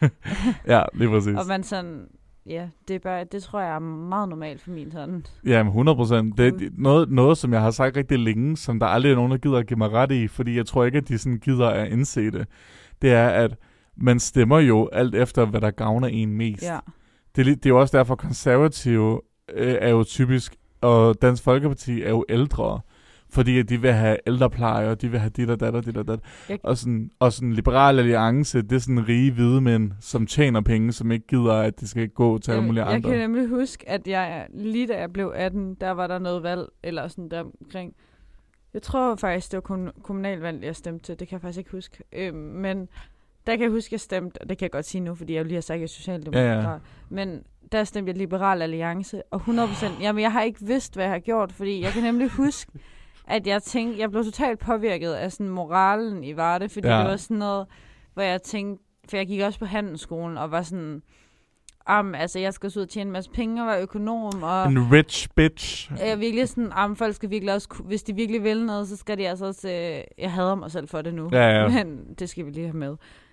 ja, lige præcis. Og man sådan... Ja, det tror jeg er meget normalt for min sådan. Ja, 100%. Det er noget, som jeg har sagt rigtig længe, som der aldrig er nogen, der gider at give mig ret i, fordi jeg tror ikke, at de sådan gider at indse det. Det er, at man stemmer jo alt efter, hvad der gavner en mest. Ja. Det er jo også derfor, konservative er jo typisk, og Dansk Folkeparti er jo ældre. Fordi at de vil have ældrepleje, og de vil have dit og dat. Og sådan Liberal Alliance, det er sådan rige hvide mænd, som tjener penge, som ikke gider, at de skal gå til alle mulige andre. Jeg kan nemlig huske, at lige da jeg blev 18, der var der noget valg, eller sådan der omkring. Jeg tror faktisk, det var kommunalvalg, jeg stemte til. Det kan jeg faktisk ikke huske. Men der kan jeg huske, jeg stemte, og det kan jeg godt sige nu, fordi jeg lige har sagt, at jeg er socialdemokrat. Ja. Men der stemte jeg Liberal Alliance, og 100%, jamen jeg har ikke vidst, hvad jeg har gjort, fordi jeg kan nemlig huske, at jeg blev totalt påvirket af sådan moralen i Varde, fordi det var sådan noget, hvor jeg tænkte, for jeg gik også på handelsskolen, og var sådan, altså jeg skal så ud og tjene en masse penge, og være økonom, og... En rich bitch. Jeg er virkelig sådan, folk skal virkelig også, hvis de virkelig vil noget, så skal de altså også, jeg hader mig selv for det nu, men det skal vi lige have med.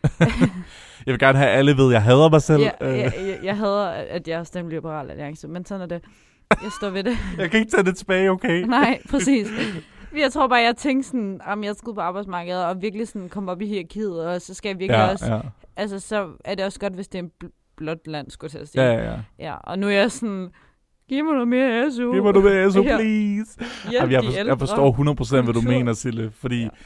Jeg vil gerne have, at alle ved, jeg hader mig selv. Jeg hader, at jeg har stemt Liberal Alliance, men sådan er det. Jeg står ved det. Jeg kan ikke tage det tilbage, okay? Nej, præcis. Jeg tror bare, jeg tænkte sådan, jeg skal ud på arbejdsmarkedet og virkelig sådan komme op i hierarkiet, og så skal jeg virkelig også... Ja. Altså, så er det også godt, hvis det er en blåt land, skulle jeg sige. Ja, og nu er jeg sådan... Giv mig noget mere SU. Giv mig noget mere SU, please. Jeg forstår 100% hvad du mener, Sille, fordi... Ja.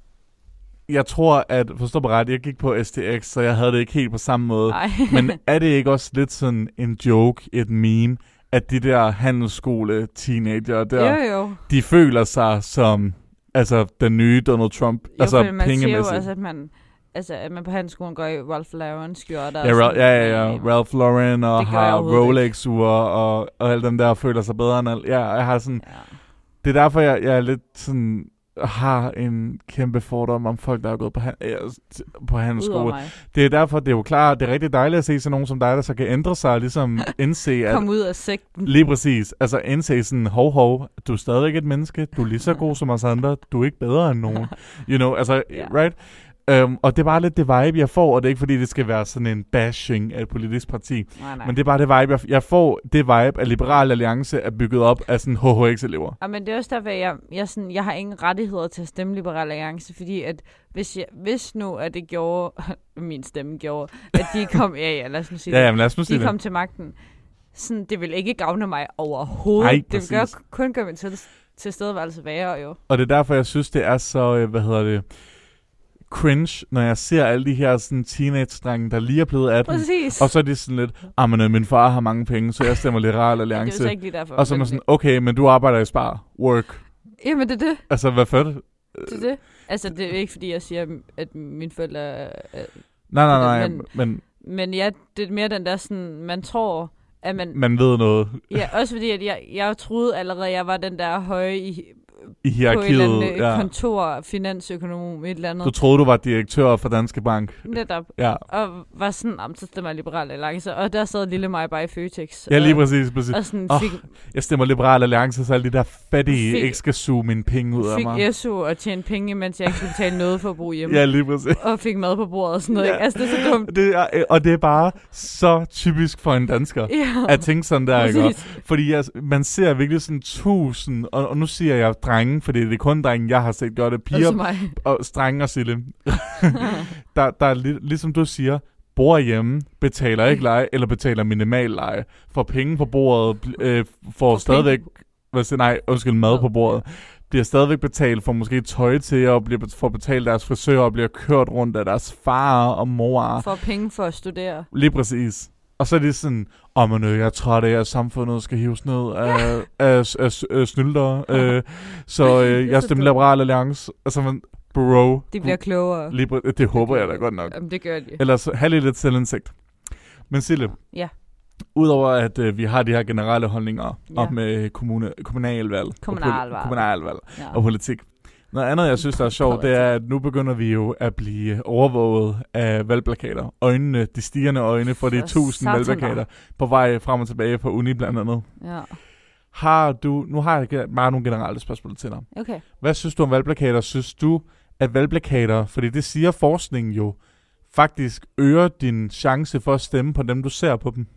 Jeg tror, at... Forstår mig ret, jeg gik på STX, så jeg havde det ikke helt på samme måde. Men er det ikke også lidt sådan en joke, et meme, at de der handelsskole-teenager der, jo. De føler sig som den nye Donald Trump. Jo, altså man siger jo også, at man på handelsskolen går i Ralph Lauren skjorter. Ja. Ralph Lauren og har Rolex-ure og alle dem der føler sig bedre end alt. Ja, jeg har sådan... Ja. Det er derfor, jeg er lidt sådan... har en kæmpe fordom om folk, der er gået på handelsskole. Det er derfor, det er jo klart, det er rigtig dejligt at se sådan nogen som dig, der så kan ændre sig og ligesom indse, at... Kom ud af sekten. Lige præcis. Altså indse sådan, hov, du er stadig et menneske, du er lige så god som os andre, du er ikke bedre end nogen. You know, altså, right? Og det er bare lidt det vibe, jeg får, og det er ikke fordi, det skal være sådan en bashing af et politisk parti. Nej. Men det er bare det vibe, jeg får. Det vibe, at Liberal Alliance er bygget op af sådan HHX-elever. Ja, men det er også derfor, jeg har ingen rettigheder til at stemme Liberal Alliance, fordi at hvis nu, at det gjorde, min stemme gjorde, at de kom, lad os nu sige det, lad os nu sige de kom til magten, sådan, det vil ikke gavne mig overhovedet. Ej, det vil kun gøre min tilstedeværelse værre, jo. Og det er derfor, jeg synes, det er så, cringe, når jeg ser alle de her sådan teenage-drenge, der lige er blevet 18. Præcis. Og så er det sådan lidt, men min far har mange penge, så jeg stemmer Liberal Alliance. Det er jo ikke lige derfor. Og så er man sådan, okay, men du arbejder i Spar. Work. Jamen, det er det. Altså, hvad fedt? Det er det. Altså, det er ikke, fordi jeg siger, at mine forældre er... Nej, men... Men ja, det er mere den der sådan, man tror, at man ved noget. Ja, også fordi, at jeg troede allerede, at jeg var den der høje i hierarkiet, på et eller andet kontor, finansøkonom, et eller andet. Du troede, du var direktør for Danske Bank. Netop. Ja. Og var sådan, så stemmer Liberal Alliance. Og der sad lille mig bare i Føtex. Ja, lige præcis. Og sådan jeg stemmer Liberal Alliance, så alle de der fattige ikke skal suge mine penge ud af mig. Fik SU og tjene penge, mens jeg ikke skulle betale noget for at bo hjemme. Ja, lige præcis. Og fik mad på bordet og sådan noget. Ja. Altså, det er så dumt. Og det er bare så typisk for en dansker, at tænke sådan der, ikke? Fordi man ser virkelig sådan 1000, og nu siger jeg drenge, fordi det er kun drenge, jeg har set gøre det, piger og strenge og Sille. der er ligesom du siger, bor hjemme, betaler ikke leje, eller betaler minimal leje. Får penge på bordet, får stadigvæk, mad på bordet. Bliver stadigvæk betalt for måske tøj til, og får betalt deres frisør, og bliver kørt rundt af deres far og mor. Får penge for at studere. Lige præcis. Og så er det sådan, jeg er træt af, at samfundet skal hives ned af snylder. Så jeg stemmer Liberal Alliance. Altså, bro. De bliver klogere. Det håber jeg da godt nok. Jamen, det gør de. Ellers have lidt selvindsigt. Men Sille, udover at vi har de her generelle holdninger om kommunalvalg og politik. Noget andet, jeg synes, der er sjovt, det er, at nu begynder vi jo at blive overvåget af valgplakater. Øjnene, de stigende øjne for de 1000 valgplakater på vej frem og tilbage fra uni blandt andet. Ja. Nu har jeg bare nogle generelle spørgsmål til dig. Okay. Hvad synes du om valgplakater? Synes du, at valgplakater, fordi det siger forskningen jo, faktisk øger din chance for at stemme på dem, du ser på dem?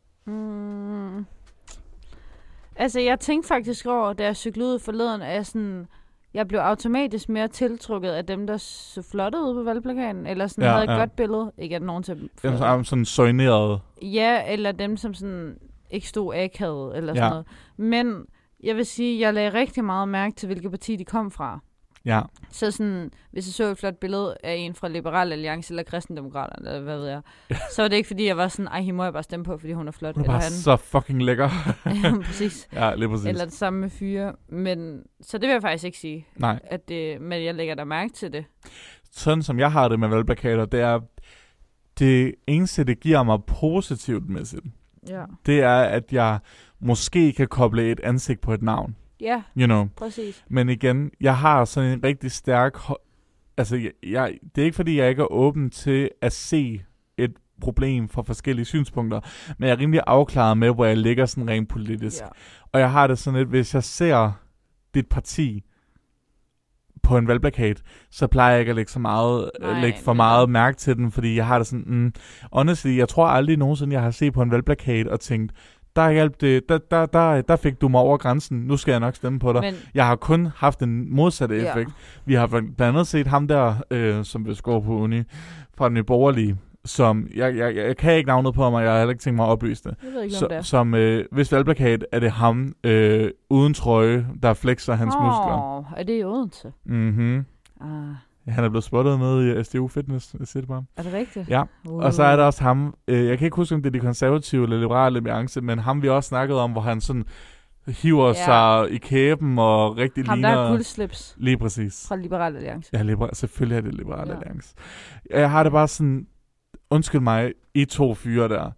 Altså, jeg tænkte faktisk over, da jeg cyklede ud forleden, at jeg blev automatisk mere tiltrukket af dem, der så flotte ud på valgplakaten, eller sådan havde et godt billede. Ikke at nogen til... Sådan søjneret. Ja, eller dem, som sådan ikke stod akavet, eller sådan noget. Men jeg vil sige, jeg lagde rigtig meget mærke til, hvilket parti de kom fra. Ja. Så sådan, hvis jeg så et flot billede af en fra Liberal Alliance eller Kristendemokraterne, eller hvad ved jeg, så var det ikke, fordi jeg var sådan, hende må jeg bare stemme på, fordi hun er flot. Hun er bare så fucking lækker. Ja, præcis. Ja, lige præcis. Eller det samme med fyre. Men, så det vil jeg faktisk ikke sige. Nej. Men jeg lægger da mærke til det. Sådan som jeg har det med valgplakater, det er det eneste, det giver mig positivt mæssigt. Ja. Det er, at jeg måske kan koble et ansigt på et navn. Ja, you know. Præcis. Men igen, jeg har sådan en rigtig stærk... Altså, det er ikke fordi, jeg ikke er åben til at se et problem fra forskellige synspunkter, men jeg er rimelig afklaret med, hvor jeg ligger sådan rent politisk. Ja. Og jeg har det sådan lidt, hvis jeg ser dit parti på en valgplakat, så plejer jeg ikke at lægge for meget mærke til den, fordi jeg har det sådan... honestly, jeg tror aldrig nogensinde, jeg har set på en valgplakat og tænkt, der fik du mig over grænsen. Nu skal jeg nok stemme på dig. Men jeg har kun haft en modsatte effekt. Vi har blandt andet set ham der, som vil gå på uni, fra den borgerlige, som jeg kan ikke navnet på mig, jeg har heller ikke tænkt mig at oplyse det. Jeg ved ikke, om det er. Som hvis valgplakat er det ham uden trøje, der flexer hans muskler. Er det i Odense? Mhm. Han er blevet spottet nede i SDU Fitness, jeg siger det bare. Er det rigtigt? Ja, og så er der også ham, jeg kan ikke huske, om det er de konservative eller liberale alliance, men ham vi også snakkede om, hvor han sådan hiver sig i kæben og rigtig ham, ligner... Ham der er guldslips. Lige præcis. Fra Liberale Alliance. Ja, selvfølgelig er det Liberale Alliance. Jeg har det bare sådan, undskyld mig, I to fyre der,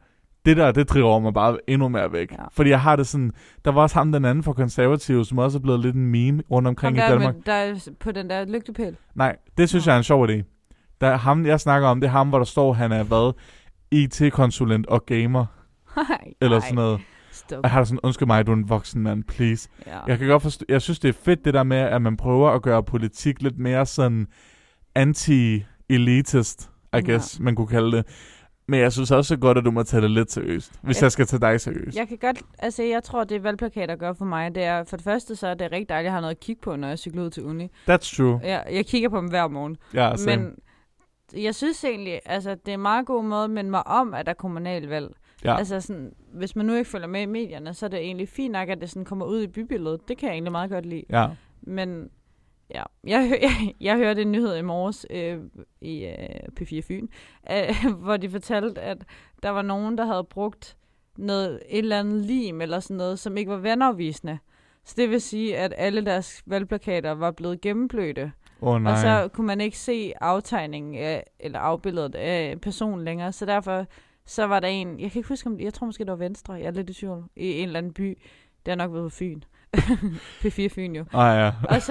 det driver mig bare endnu mere væk. Ja. Fordi jeg har det sådan, der var også ham den anden for konservative, som også er blevet lidt en meme rundt omkring i Danmark. Der er på den der lygtepæl? Nej, det synes jeg er en sjov idé. Der, ham, jeg snakker om, det er ham, hvor der står, han er hvad? IT-konsulent og gamer. Eller sådan noget. Stop. Jeg har da sådan, undskyld mig, du er en voksen mand, please. Ja. Jeg kan godt forstå, jeg synes, det er fedt det der med, at man prøver at gøre politik lidt mere sådan anti-elitist, I guess, man kunne kalde det. Men jeg synes også godt, at du må tage det lidt seriøst, hvis jeg skal tage dig seriøst. Jeg kan godt, altså jeg tror, det valgplakater gør for mig, det er, for det første så er det rigtig dejligt, at jeg har noget at kigge på, når jeg cykler ud til uni. That's true. Jeg kigger på dem hver morgen. Ja, men jeg synes egentlig, altså det er en meget god måde at minde mig om, at der er kommunalvalg. Ja. Altså sådan, hvis man nu ikke følger med i medierne, så er det egentlig fint nok, at det sådan kommer ud i bybilledet. Det kan jeg egentlig meget godt lide. Ja. Men ja, jeg hørte en nyhed i morges i P4 Fyn, hvor de fortalte, at der var nogen, der havde brugt et eller andet lim eller sådan noget, som ikke var vandafvisende. Så det vil sige, at alle deres valgplakater var blevet gennemblødte. Nej. Og så kunne man ikke se aftegningen eller afbilledet af personen længere. Så derfor så var der en, jeg kan ikke huske, jeg tror måske det var Venstre, jeg er lidt i tvivl, i en eller anden by. Det har nok været på Fyn. P4 Fyn jo. Ja. Og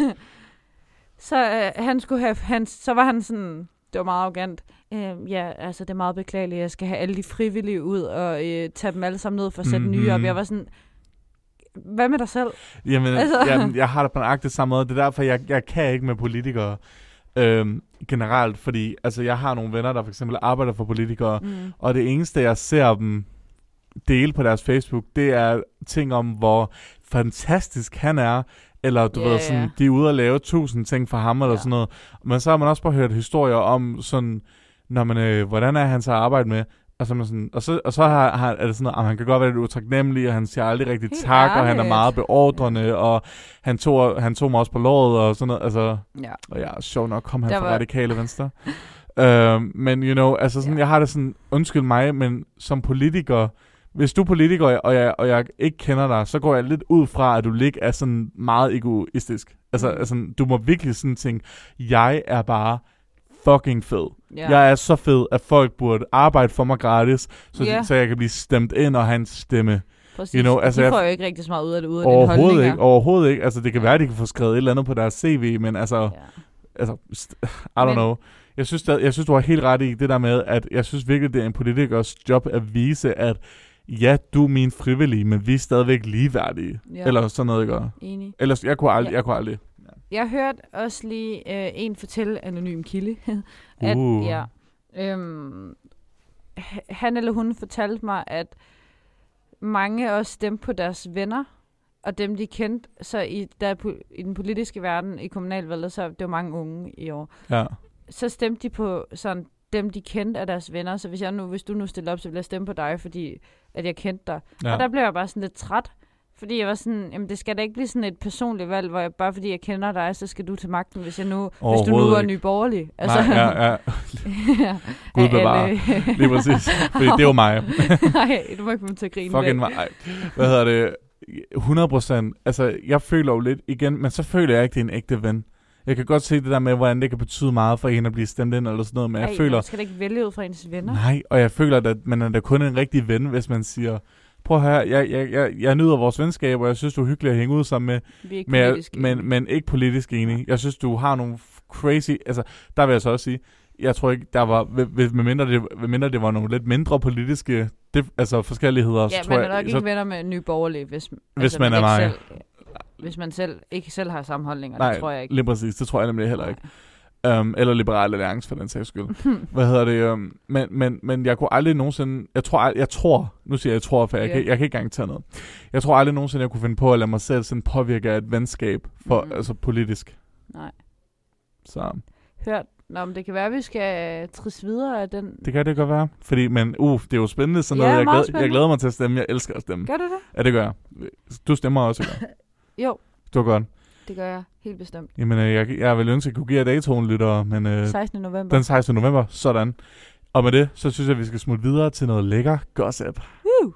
han skulle have, så var han sådan, det var meget arrogant. Ja, altså det er meget beklageligt, jeg skal have alle de frivillige ud og tage dem alle sammen ned for at sætte nye op. Jeg var sådan, hvad med dig selv? Jamen, jeg har det på nøjagtigt samme måde. Det er derfor, jeg kan ikke med politikere generelt, fordi altså, jeg har nogle venner, der for eksempel arbejder for politikere, og det eneste, jeg ser dem dele på deres Facebook, det er ting om, hvor fantastisk han er, eller du ved, sådan, de er ude og lave 1000 ting for ham, eller sådan noget. Men så har man også bare hørt historier om, sådan, når man, hvordan er han så at arbejde med, og så er det sådan noget, han kan godt være lidt utaknemmelig, og han siger aldrig rigtig tak, og han er meget beordrende, og han tog mig også på låret, og sådan noget, altså, og sjov nok kom han fra Radikale Venstre. Men you know, altså sådan, jeg har det sådan, undskyld mig, men som politiker, hvis du er politiker, og jeg ikke kender dig, så går jeg lidt ud fra, at du ikke er sådan meget egoistisk. Altså, du må virkelig sådan tænke, jeg er bare fucking fed. Yeah. Jeg er så fed, at folk burde arbejde for mig gratis, så jeg kan blive stemt ind og have en stemme. Præcis. You know, altså, de får jo ikke rigtig så meget ud af det, ud af den holdninger. Overhovedet ikke. Altså, det kan være, at de kan få skrevet et eller andet på deres CV, men altså, I don't know. Jeg synes, du har helt ret i det der med, at jeg synes virkelig, det er en politikers job at vise, at ja, du er min frivillige, men vi er stadigvæk ligeværdige. Ja. Eller sådan noget, ikke? Enig. Ellers, jeg kunne aldrig. Jeg hørte også lige en fortælle, anonym kilde, at han eller hun fortalte mig, at mange også stemte på deres venner, og dem de kendte, så i den politiske verden, i kommunalvalget, så det var mange unge i år. Ja. Så stemte de på sådan dem, de kendte af deres venner. Så hvis du nu stiller op, så vil jeg stemme på dig, fordi at jeg kendte dig. Ja. Og der blev jeg bare sådan lidt træt, fordi jeg var sådan, jamen det skal da ikke blive sådan et personligt valg, hvor jeg, bare fordi jeg kender dig, så skal du til magten, hvis du nu er Nye Borgerlige. Altså, nej, Gud bevare. Lige præcis. Fordi det er jo mig. Nej, du må ikke komme til at grine. Fucking mig. Hvad hedder det? 100%. Altså, jeg føler jo lidt igen, men så føler jeg ikke, det er en ægte ven. Jeg kan godt se det der med, hvordan det kan betyde meget for en at blive stemt ind eller sådan noget, men jeg føler... man skal da ikke vælge ud fra ens venner. Nej, og jeg føler, at man er da kun en rigtig ven, hvis man siger, prøv at høre, jeg nyder vores venskab, og jeg synes, du er hyggelig at hænge ud sammen med, men ikke politisk enig. Jeg synes, du har nogle crazy... Altså, der vil jeg så også sige, jeg tror ikke, der var... Medmindre det var nogle lidt mindre politiske forskelligheder. Ja, man er nok ikke venner med Nye Borgerlige, hvis man er mig. Hvis man ikke selv har samme holdninger, nej, det tror jeg ikke. Lige præcis, det tror jeg nemlig heller ikke. Eller Liberal Alliance for den sags skyld. Hvad hedder det? Men jeg kunne aldrig nogensinde... Jeg tror, nu siger jeg tror, for jeg kan ikke engang tage noget. Jeg tror aldrig nogensinde, jeg kunne finde på at lade mig selv sådan påvirke af et venskab, altså politisk. Nej. Så... Hørt. Nå, men det kan være, at vi skal trisse videre af den... Det kan det godt være. Fordi, men det er jo spændende sådan noget. Jeg glæder mig til at stemme. Jeg elsker at stemme. Gør du det? Ja, det gør jeg. Du stemmer også, ikke? Jo. Det var godt. Det gør jeg helt bestemt. Jamen, jeg vil ønske, at kunne give jer datoen, lyttere, men... 16. november. Den 16. november, sådan. Og med det, så synes jeg, at vi skal smutte videre til noget lækker gossip. Woo!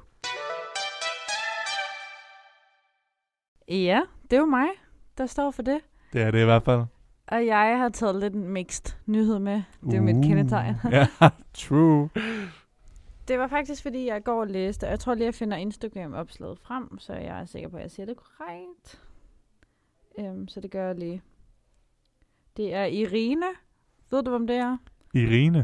Ja, det er jo mig, der står for det. Det er det i hvert fald. Og jeg har taget lidt en mixed nyhed med. Det er jo mit kendetegn. Ja, true. Det var faktisk, fordi jeg går og læste. Jeg tror lige, jeg finder Instagram-opslaget frem, så jeg er sikker på, at jeg siger det korrekt. Så det gør jeg lige. Det er Irina. Ved du, hvem det er? Irina?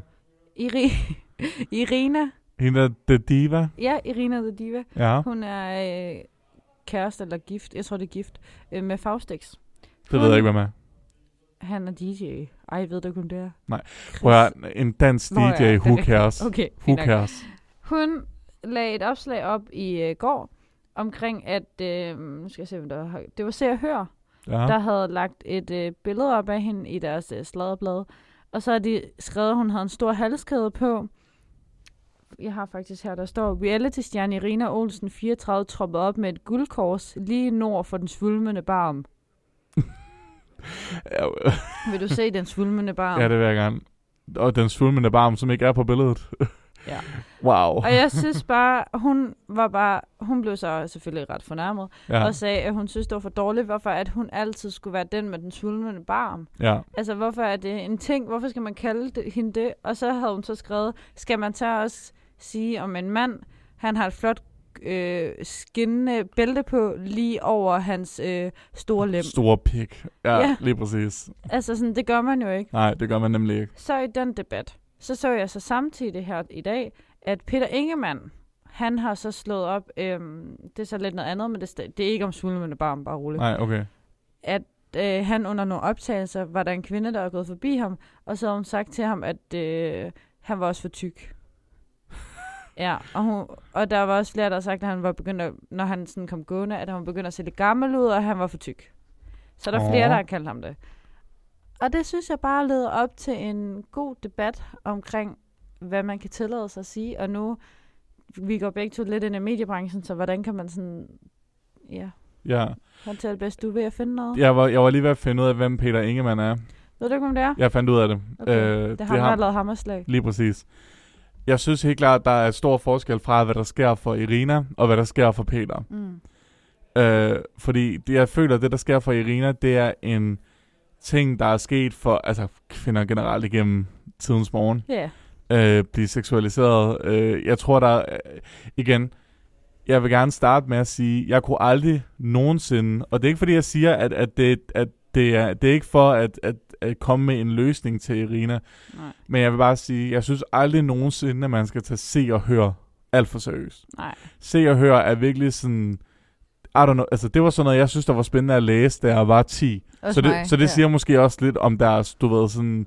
Irina. Hende er The Diva? Ja, Irina The Diva. Ja. Hun er kæreste eller gift. Jeg tror, det er gift. Med Faustix. Det ved jeg ikke, hvem er. Han er DJ. Ej, ved du ikke, hvem det er? Nej. En dansk DJ. Who cares? Okay, who cares? Hun lagde et opslag op i går omkring, at... nu skal jeg se, hvem der var. Det var Se og Hør, der havde lagt et billede op af hende i deres sladderblad. Og så har de skrevet, at hun havde en stor halskæde på. Jeg har faktisk her, der står, reality-stjerne Irina Olsen, 34, troppet op med et guldkors lige nord for den svulmende barm. Vil du se den svulmende barm? Ja, det vil jeg gerne. Og den svulmende barm, som ikke er på billedet. Ja. Wow. Og jeg synes bare, hun blev så selvfølgelig ret fornærmet, og sagde, at hun synes, det var for dårligt, hvorfor at hun altid skulle være den med den svulmende barm. Ja. Altså, hvorfor er det en ting? Hvorfor skal man kalde hende det? Og så havde hun så skrevet, skal man så også sige om en mand, han har et flot skinnende bælte på lige over hans store lem. Store pik. Ja, lige præcis. Altså, sådan, det gør man jo ikke. Nej, det gør man nemlig ikke. Så i den debat, så jeg så samtidig her i dag, at Peter Ingemann, han har så slået op, det er så lidt noget andet, men det er ikke om svulmende barm, bare roligt. Nej, okay. At han under nogle optagelser, var der en kvinde, der var gået forbi ham, og så havde hun sagt til ham, at han var også for tyk. Ja, og der var også flere, der havde sagt, at han var begyndt at, når han sådan kom gående, at han var begyndt at se lidt gammel ud, og han var for tyk. Så der er flere, der har kaldt ham det. Og det synes jeg bare leder op til en god debat omkring, hvad man kan tillade sig at sige. Og nu, vi går begge to lidt ind i mediebranchen, så hvordan kan man sådan, håndtere det bedst? Du er ved at finde noget? Jeg var lige ved at finde ud af, hvem Peter Ingemann er. Ved du ikke, hvem det er? Jeg fandt ud af det. Okay. Det har han lavet hammerslag. Lige præcis. Jeg synes helt klart, at der er stor forskel fra, hvad der sker for Irina, og hvad der sker for Peter. Fordi jeg føler, at det, der sker for Irina, det er en ting, der er sket for kvinder generelt igennem tidens morgen. Blive seksualiseret. Jeg tror, der igen, jeg vil gerne starte med at sige, jeg kunne aldrig nogensinde, og det er ikke fordi, jeg siger, at det er ikke for at komme med en løsning til Irina. Nej. Men jeg vil bare sige, jeg synes aldrig nogensinde, at man skal tage Se og Hør alt for seriøst. Nej. Se og Hør er virkelig sådan, I don't know, altså det var sådan noget, jeg synes, der var spændende at læse, da jeg var 10. Så det siger måske også lidt om deres, du ved, sådan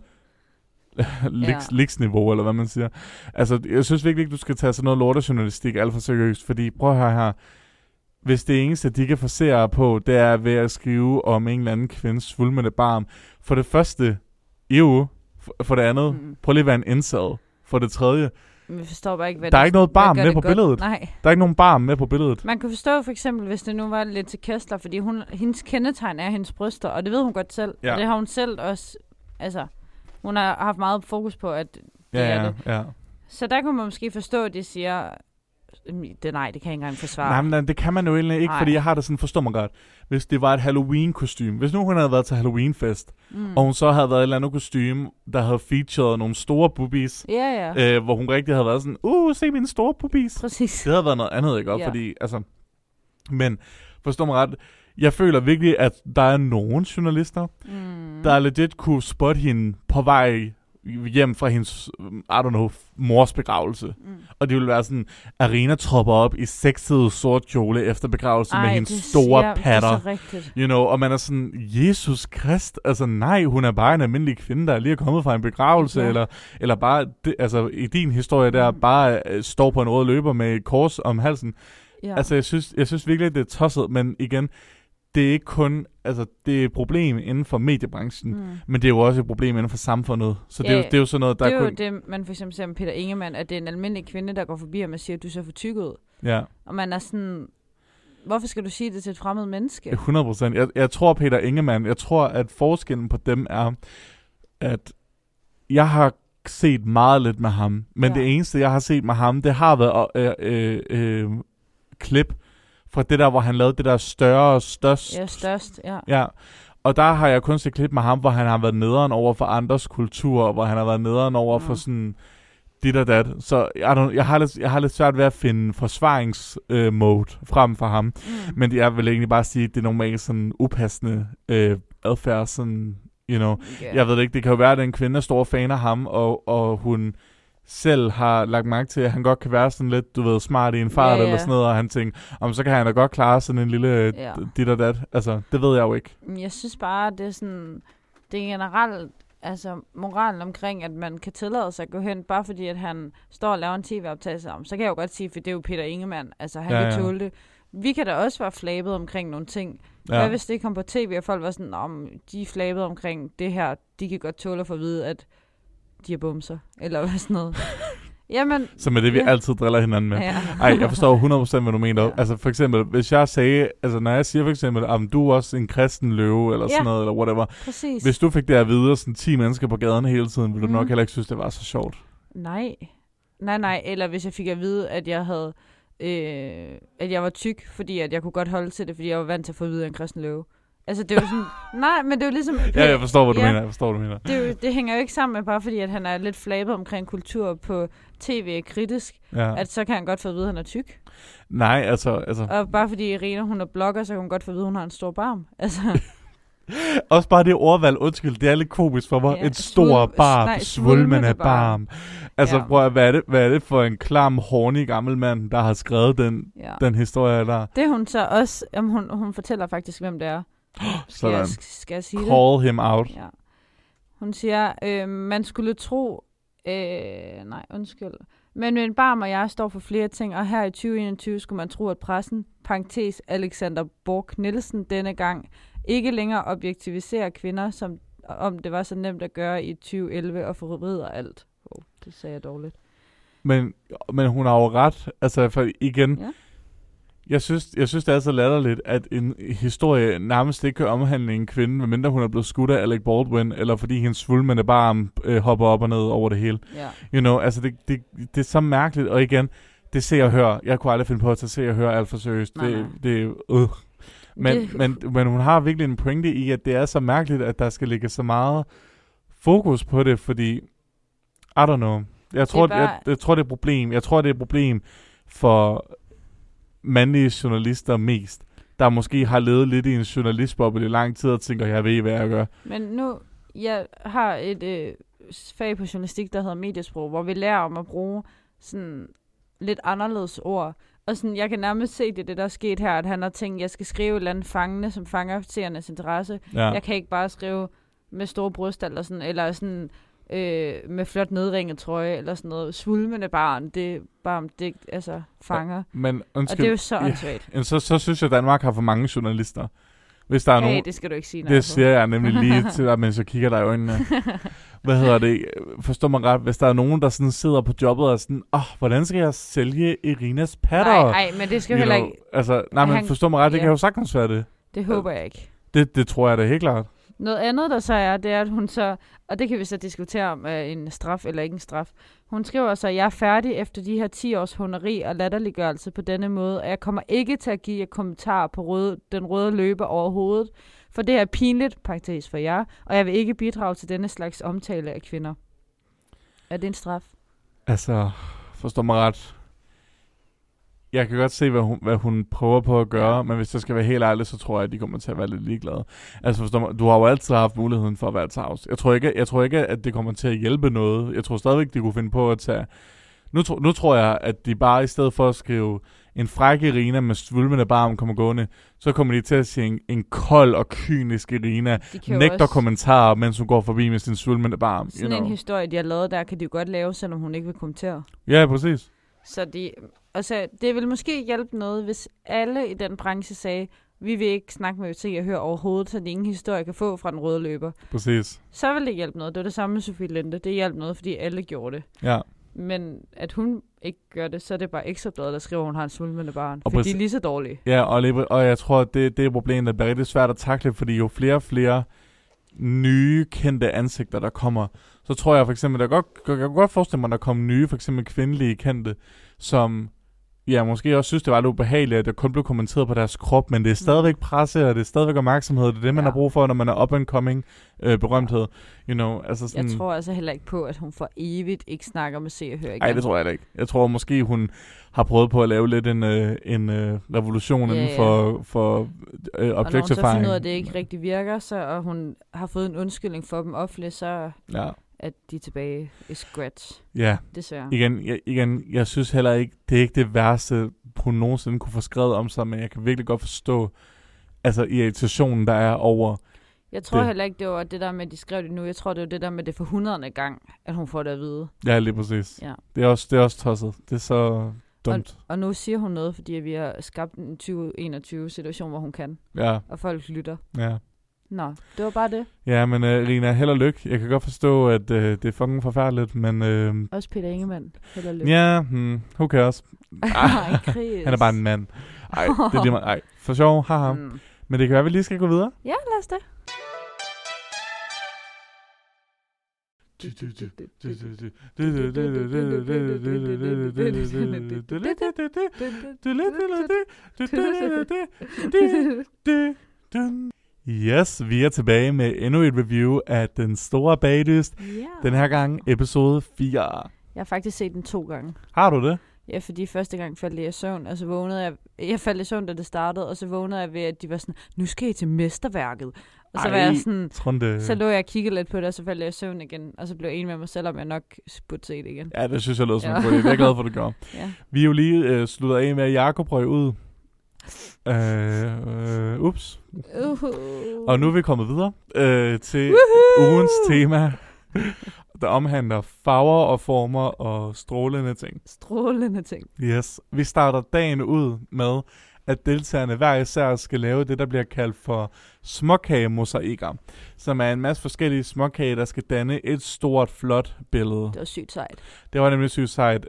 liksniveau, eller hvad man siger. Altså, jeg synes virkelig ikke, du skal tage sådan noget lortejournalistik alt for seriøst, fordi prøv at høre her, hvis det eneste, de kan forsere på, det er ved at skrive om en eller anden kvindes svulmende barm. For det første, for det andet, prøv lige at være en incel. For det tredje, vi forstår bare ikke, hvad der er ikke noget barm med på billedet. Nej. Der er ikke nogen barm med på billedet. Man kan forstå for eksempel, hvis det nu var lidt til Kessler, fordi hendes kendetegn er hendes bryster, og det ved hun godt selv. Ja. Og det har hun selv også, altså, hun har haft meget fokus på, at det er det. Ja. Så der kunne man måske forstå, at de siger, det kan jeg ikke engang forsvare. Nej, det kan man jo egentlig ikke, fordi jeg har det sådan, forstår mig godt. Hvis det var et Halloween-kostume, hvis nu hun havde været til Halloween-fest, og hun så havde været et eller andet kostume, der havde featured nogle store boobies, hvor hun rigtig havde været sådan, se mine store boobies. Præcis. Det havde været noget andet, ikke? Fordi, altså, men forstår mig ret, jeg føler virkelig, at der er nogen journalister, der legit kunne spotte hende på vej hjem fra hendes, mors begravelse. Og det ville være sådan, Irina tropper op i sexet sort kjole efter begravelse med hendes store patter. You know, og man er sådan, Jesus Krist, altså nej, hun er bare en almindelig kvinde, der lige er kommet fra en begravelse, eller bare, i din historie der, bare står på en rød løber med et kors om halsen. Ja. Altså, jeg synes virkelig, at det er tosset, men igen, det er ikke kun, det er et problem inden for mediebranchen, men det er jo også et problem inden for samfundet. Så det er jo sådan noget, der det er jo det, man for eksempel ser med Peter Ingemann, at det er en almindelig kvinde, der går forbi, og man siger, at du ser for tyk ud. Ja. Og man er sådan, hvorfor skal du sige det til et fremmed menneske? 100%. Jeg tror, Peter Ingemann, jeg tror, at forskellen på dem er, at jeg har set meget lidt med ham, men det eneste, jeg har set med ham, det har været klip fra det der, hvor han lavede det der størst. Ja, størst, ja. Ja, og der har jeg kun set klip med ham, hvor han har været nederen over for andres kultur, hvor han har været nederen over for sådan dit og dat. Så jeg har lidt svært ved at finde forsvaringsmode frem for ham. Men jeg vil egentlig bare sige, at det er normalt sådan upassende adfærd, sådan, you know. Yeah. Jeg ved det ikke, det kan jo være, at en kvinde er stor fan af ham, og hun selv har lagt mærke til, at han godt kan være sådan lidt, du ved, smart i en fart eller sådan noget, og han tænker, så kan han da godt klare sådan en lille dit og dat. Altså, det ved jeg jo ikke. Jeg synes bare, det er sådan, det er generelt, altså moralen omkring, at man kan tillade sig at gå hen, bare fordi, at han står og laver en tv-optagelse om, så kan jeg jo godt sige, for det er jo Peter Ingemann, altså han kan tåle det. Vi kan da også være flabet omkring nogle ting. Hvad hvis det kom på tv, og folk var sådan, de er flabet omkring det her, de kan godt tåle at få at vide, at de er bumser, eller hvad sådan noget. Jamen, så med det, vi altid driller hinanden med. Ja. Ej, jeg forstår 100% hvad du mener. Ja. Altså for eksempel, hvis jeg sagde, altså når jeg siger for eksempel, du er også en kristen løve, eller sådan noget, eller whatever. Præcis. Hvis du fik det at vide, sådan 10 mennesker på gaden hele tiden, ville du nok heller ikke synes, det var så sjovt. Nej. Eller hvis jeg fik at vide, at jeg havde, at jeg var tyk, fordi at jeg kunne godt holde til det, fordi jeg var vant til at få at vide af en kristen løve. Altså, det er jo sådan... Nej, men det er jo ligesom... Ja, jeg forstår, hvad du mener. Det hænger jo ikke sammen med, bare fordi at han er lidt flabet omkring kultur på tv kritisk, at så kan han godt få at vide, at han er tyk. Nej, altså... Og bare fordi Irina, hun er blogger, så kan hun godt få at vide, at hun har en stor barm. Altså... Også bare det ordvalg, undskyld, det er lidt komisk for mig. En stor barm, svulmende barm. Altså, prøv, hvad er det for en klam, horny gammel mand, der har skrevet den historie der? Det hun så også... Hun fortæller faktisk, hvem det er. Skal jeg sige det? Call him out. Ja. Hun siger, man skulle tro... Men min barm og jeg står for flere ting, og her i 2021 skulle man tro, at pressen, parentes Alexander Borch Nielsen, denne gang ikke længere objektiviserer kvinder, som om det var så nemt at gøre i 2011 og forvrider alt. Det sagde jeg dårligt. Men hun har jo ret. Altså, for igen... Ja. Jeg synes, det er så latterligt, at en historie nærmest ikke kan omhandle en kvinde, medmindre hun er blevet skudt af Alec Baldwin, eller fordi hendes svulmende barm hopper op og ned over det hele. Yeah. You know, altså det er så mærkeligt, og igen, det ser jeg hører. Jeg kunne aldrig finde på at se og høre alt for seriøst. Men hun har virkelig en pointe i, at det er så mærkeligt, at der skal ligge så meget fokus på det, fordi, I don't know. Jeg tror, det er et problem. Jeg tror, det er et problem for mandlige journalister mest, der måske har levet lidt i en journalistboble i lang tid og tænker, jeg ved, hvad jeg gør. Men nu, jeg har et fag på journalistik, der hedder mediesprog, hvor vi lærer om at bruge sådan lidt anderledes ord. Og sådan, jeg kan nærmest se det der er sket her, at han har tænkt, jeg skal skrive et eller andet fangende, som fanger seernes interesse. Ja. Jeg kan ikke bare skrive med store bryst eller sådan med flot nedringet trøje, eller sådan noget svulmende barn, det altså fanger. Men, og det er jo så åndssvagt. Ja, så synes jeg, at Danmark har for mange journalister. Hvis der er nogen, det skal du ikke sige. Det siger jeg nemlig lige til dig, mens jeg kigger dig i øjnene. Hvad hedder det? Forstår man ret? Hvis der er nogen, der sådan sidder på jobbet og sådan, hvordan skal jeg sælge Irinas patter? Nej, men det skal heller ikke. Altså, men forstår man ret? Det kan jo sagtens være det. Det håber jeg ikke. Det tror jeg da helt klart. Noget andet, der så er, det er, at hun så, og det kan vi så diskutere om en straf eller ikke en straf. Hun skriver så, jeg er færdig efter de her 10 års hunderi og latterliggørelse på denne måde, og jeg kommer ikke til at give jer kommentarer på den røde løber overhovedet, for det er pinligt, parentes for jer, og jeg vil ikke bidrage til denne slags omtale af kvinder. Er det en straf? Altså, forstår mig ret. Jeg kan godt se, hvad hun prøver på at gøre, men hvis jeg skal være helt ærlig, så tror jeg, at de kommer til at være lidt ligeglade. Altså, forstår mig, du har jo altid haft muligheden for at være tavs. Jeg tror ikke, at det kommer til at hjælpe noget. Jeg tror stadigvæk, de kunne finde på at tage... Nu tror jeg, at de bare i stedet for at skrive en fræk Irina med svulmende barm kommer gående, så kommer de til at sige en kold og kynisk Irina nægter kommentarer, mens hun går forbi med sin svulmende barm. Sådan en historie, de har lavet der, kan de jo godt lave, selvom hun ikke vil kommentere. Ja, præcis. Så det vil måske hjælpe noget, hvis alle i den branche sagde, vi vil ikke snakke med Se og Hør overhovedet, så det ingen historie kan få fra den røde løber. Præcis. Så vil det hjælpe noget. Det var det samme med Sofie Linde. Det hjalp noget, fordi alle gjorde det. Ja. Men at hun ikke gør det, så er det bare Ekstrabladet, der skriver, at hun har en svulmende barn. Fordi de er lige så dårlige. Ja, og jeg tror, at det er problemet, der bliver rigtig svært at takle, fordi jo flere og flere nye kendte ansigter, der kommer, så tror jeg for eksempel, jeg kan godt forestille mig, at der kommer nye, for eksempel kvindelige kendte, som måske også synes, det var lidt ubehageligt, at det kun blev kommenteret på deres krop, men det er stadigvæk presse, og det er stadigvæk opmærksomhed. Det er det, man har brug for, når man er up and coming berømthed. You know, altså sådan, jeg tror altså heller ikke på, at hun for evigt ikke snakker med Se og Hør igen. Nej, det tror jeg heller ikke. Jeg tror måske, hun har prøvet på at lave lidt en revolution inden for objectifying. Og når hun så finder ud af, at det ikke rigtig virker, og hun har fået en undskyldning for dem offentligt, så at de er tilbage i scratch. Ja, desværre. Igen, jeg synes heller ikke, det er ikke det værste, hun nogensinde kunne få skrevet om sig, men jeg kan virkelig godt forstå irritationen, der er over. Jeg tror heller ikke, det var det der med, at de skrev det nu. Jeg tror, det var det der med det for 100. gang, at hun får det at vide. Ja, lige præcis. Ja. Det er også tosset. Det er så dumt. Og nu siger hun noget, fordi vi har skabt en 2021-situation, hvor hun kan. Ja. Og folk lytter. Ja. Nå, det var bare det. Ja, men Rina, held og lykke. Jeg kan godt forstå, at det er fucking forfærdeligt, men... Også Peter Ingemann. Held og lykke. Ja, who cares? Han er bare en mand. Ej, det er lige meget. Ej, for sjov, haha. Men det kan være, at vi lige skal gå videre. Ja, lad os det. Yes, vi er tilbage med endnu et review af Den Store Bagdyst. Den her gang episode 4. Jeg har faktisk set den 2 gange. Har du det? Ja, fordi første gang faldt jeg i søvn, og så vågnede jeg faldt i søvn, da det startede, og så vågnede jeg ved, at de var sådan, nu skal I til mesterværket. Og så var jeg sådan, så lå jeg og kiggede lidt på det, og så faldt jeg i søvn igen, og så blev jeg enig med mig selv, om jeg nok burde se det igen. Ja, det synes jeg lød som en god idé. Jeg er glad for, at det gør. Ja. Vi er jo lige sluttet af med, at Jakob røg ud. Ups. Og nu er vi kommet videre til ugens tema, der omhandler farver og former og strålende ting. Strålende ting. Yes. Vi starter dagen ud med, at deltagerne hver især skal lave det, der bliver kaldt for småkagemosaikker, som er en masse forskellige småkager, der skal danne et stort, flot billede. Det var sygt sejt. Det var nemlig sygt sejt.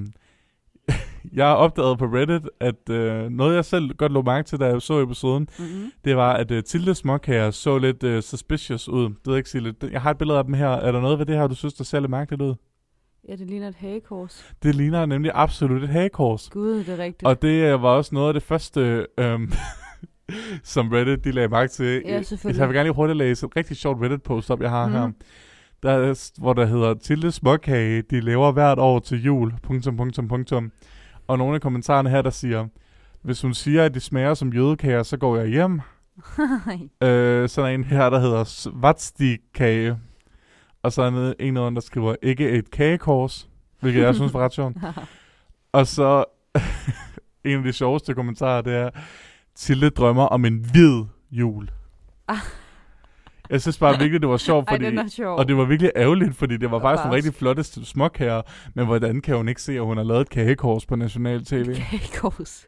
Jeg har opdaget på Reddit, at noget jeg selv godt lå mærke til, da jeg så episoden, det var, at Tildes småkager så lidt suspicious ud. Det ved jeg ikke sige lidt. Jeg har et billede af dem her. Er der noget ved det her, du synes, der ser lidt mærkeligt ud? Ja, det ligner et hagekors. Det ligner nemlig absolut et hagekors. Gud, det er rigtigt. Og det var også noget af det første, som Reddit de lagde mærke til. Ja, selvfølgelig. Så jeg vil gerne lige hurtigt læse et rigtig sjovt Reddit-post op, jeg har her. Hvor der hedder, Tildes småkage, de laver hvert år til jul, ... Og nogle af kommentarerne her, der siger, hvis hun siger, at de smager som jødekager, så går jeg hjem. Så er en her, der hedder Svartstikage. Og så er en anden, der skriver, ikke et kagekors, hvilket jeg synes var ret sjovt. Og så en af de sjoveste kommentarer, det er, Tilde drømmer om en hvid jul. Jeg synes bare virkelig, det var sjovt, fordi, og det var virkelig ærgerligt, fordi det var faktisk en rigtig flotte småkager, men hvordan kan hun ikke se, at hun har lavet et kagekors på national tv? Et kagekors?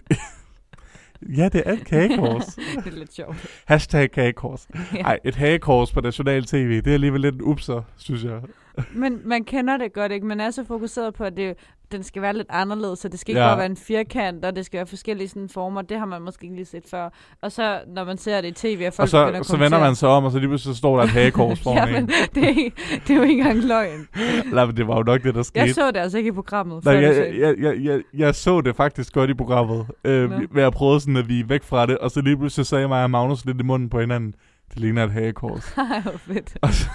Ja, det er et kagekors. Det er lidt sjovt. Hashtag kagekors. Ej, et hagekors på national tv, det er alligevel lidt en upser, synes jeg. Men man kender det godt, ikke? Man er så fokuseret på, at den skal være lidt anderledes, så det skal ikke bare være en firkant, og det skal være forskellige sådan former. Det har man måske ikke lige set før. Og så, når man ser det i tv, og folk og så vender man sig om, og så lige pludselig står der et hagekors foran en. Men det er jo ikke engang løgn. Nej, men det var jo nok det, der skete. Jeg så det altså ikke i programmet. Jeg så det faktisk godt i programmet. Ved at prøve sådan at vi er væk fra det, og så lige pludselig sagde mig og Magnus lidt i munden på hinanden. Det ligner et hagekors. Ej, hvor fedt.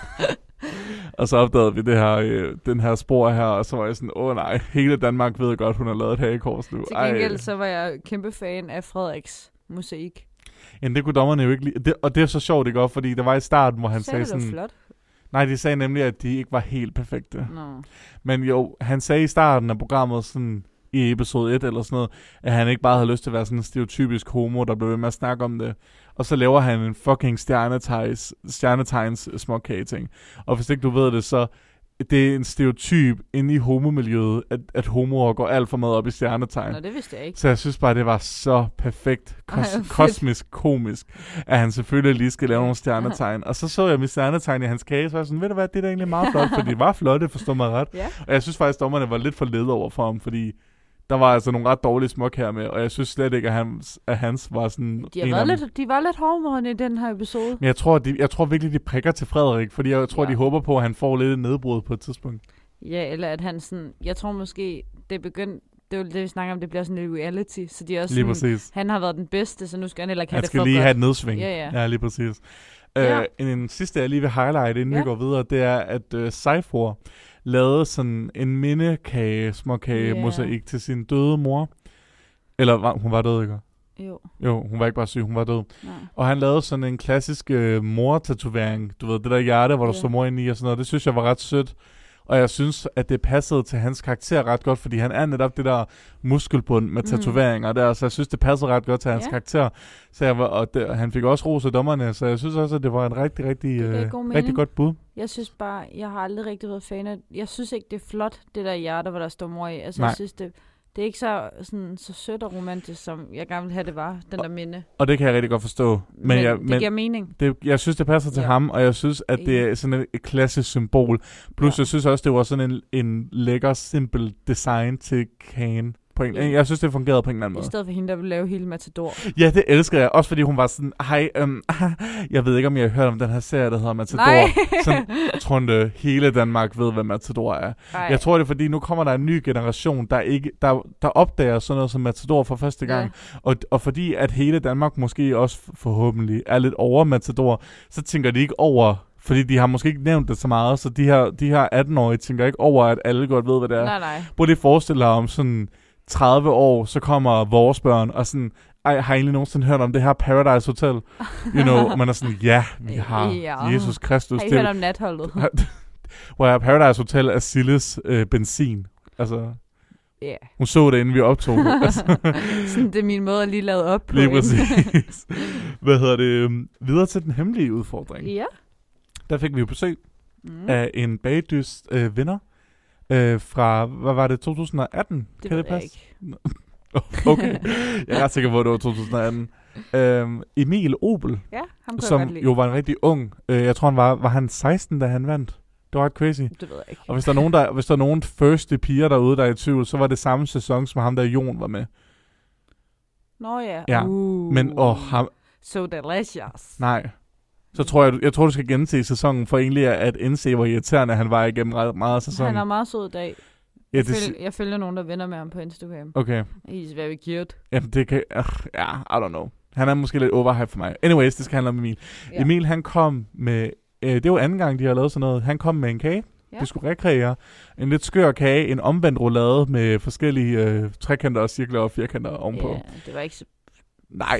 Og så opdagede vi det her, den her spor her, og så var jeg sådan, nej, hele Danmark ved godt, hun har lavet et hagekors nu. Til gengæld så var jeg kæmpe fan af Frederiks mosaik. Ja, det kunne dommerne jo ikke lide. Og det er så sjovt, ikke? Fordi der var i starten, hvor han sagde sådan... flot. Nej, de sagde nemlig, at de ikke var helt perfekte. No. Men jo, han sagde i starten af programmet sådan... i episode 1 eller sådan noget, at han ikke bare havde lyst til at være sådan en stereotypisk homo, der blev ved med at snakke om det. Og så laver han en fucking stjernetegns småkage-ting. Og hvis ikke du ved det, så det er en stereotyp inde i homomiljøet, at homoer går alt for meget op i stjernetegn. Nå, det vidste jeg ikke. Så jeg synes bare, det var så perfekt, kosmisk, komisk, at han selvfølgelig lige skal lave nogle stjernetegn. Og så jeg mit stjernetegn i hans kage, så var jeg sådan, ved du hvad, det er da egentlig meget flot, for de var flotte, forstår mig ret. Ja. Og jeg synes faktisk, dommerne var lidt for led over for ham, fordi der var altså nogle ret dårlige småkager med, og jeg synes slet ikke, at hans var sådan... De var lidt hårdmodende i den her episode. Men jeg tror virkelig, de prikker til Frederik, fordi jeg tror, de håber på, at han får lidt nedbrud på et tidspunkt. Ja, eller at han sådan... Jeg tror måske, det det er jo det, vi snakker om, det bliver sådan lidt reality, så de er også lige sådan, præcis. han har været den bedste, så nu skal han heller ikke have Han det skal for lige godt. have et nedsving. Ja. Lige præcis. Ja. En sidste, jeg lige vil highlight, inden vi går videre, det er, at Cypher lavede sådan en mindekage, småkage, mosaik til sin døde mor. Eller hun var død, ikke? Jo, hun var ikke bare syg, hun var død. Nej. Og han lavede sådan en klassisk mor-tatovering. Du ved, det der hjerte, hvor der stod mor inde i og sådan noget. Det synes jeg var ret sødt. Og jeg synes, at det passede til hans karakter ret godt, fordi han er netop det der muskelbund med tatoveringer der, så jeg synes, det passede ret godt til hans karakter. Så han fik også ros af dommerne, så jeg synes også, at det var en rigtig godt bud. Jeg synes bare, jeg har aldrig rigtig været fan af, jeg synes ikke, det er flot, det der hjerte, hvor der står mor i. Altså, jeg synes, det er ikke så sødt og romantisk, som jeg gerne ville have, det var, den der minde. Og det kan jeg rigtig godt forstå. Men det giver mening. Jeg synes, det passer til ham, og jeg synes, at det er sådan et klassisk symbol. Plus, jeg synes også, det var sådan en lækker, simpel design til kagen. Jeg synes, det fungerede på en eller anden måde. I stedet for hende, der ville lave hele Matador. Ja, det elsker jeg. Også fordi hun var sådan, jeg ved ikke, om jeg har hørt om den her serie, der hedder Matador. Nej. Sådan, jeg tror, hele Danmark ved, hvad Matador er. Ej. Jeg tror, det er, fordi nu kommer der en ny generation, der opdager sådan noget som Matador for første gang. Og fordi, at hele Danmark måske også forhåbentlig er lidt over Matador, så tænker de ikke over... Fordi de har måske ikke nævnt det så meget, så de her 18-årige tænker ikke over, at alle godt ved, hvad det er. Nej. Prøv lige forestille dig om sådan 30 år, så kommer vores børn og sådan, har I egentlig nogensinde hørt om det her Paradise Hotel? You know, man er sådan, vi har Jesus Kristus. Har I hørt om natholdet? Hvor Paradise Hotel er Silles benzin. Altså, hun så det, inden vi optog. Sådan, det er min måde at lige lade op på. Lige præcis. Videre til den hemmelige udfordring. Ja. Der fik vi jo besøg af en bagdyst vinder fra, hvad var det, 2018? Det kan ved det passe? jeg ikke. Okay, jeg er ret sikker på, at det var 2018. Emil Obel, som jo var en rigtig ung. Jeg tror, var han 16, da han vandt? Det var ret crazy. Det ved jeg ikke. Og hvis der er nogen første piger derude, der er i tvivl, så var det samme sæson, som ham der Jon var med. Nå ja. Ja, men ham... So delicious. Nej. Så tror jeg tror, du skal gense sæsonen, for egentlig at indse, hvor irriterende han var igennem ret meget af sæsonen. Han er meget sød i dag. Ja, jeg følger nogen, der venner med ham på Instagram. Okay. He's very cute. Jamen, det kan... I don't know. Han er måske lidt overhyped for mig. Anyways, det skal handle om Emil. Ja. Emil, han kom med... det var anden gang, de har lavet sådan noget. Han kom med en kage. Ja. De skulle rekreere en lidt skør kage. En omvendt roulade med forskellige trekanter og cirkler og firkanter ovenpå. Ja, det var ikke så... Nej,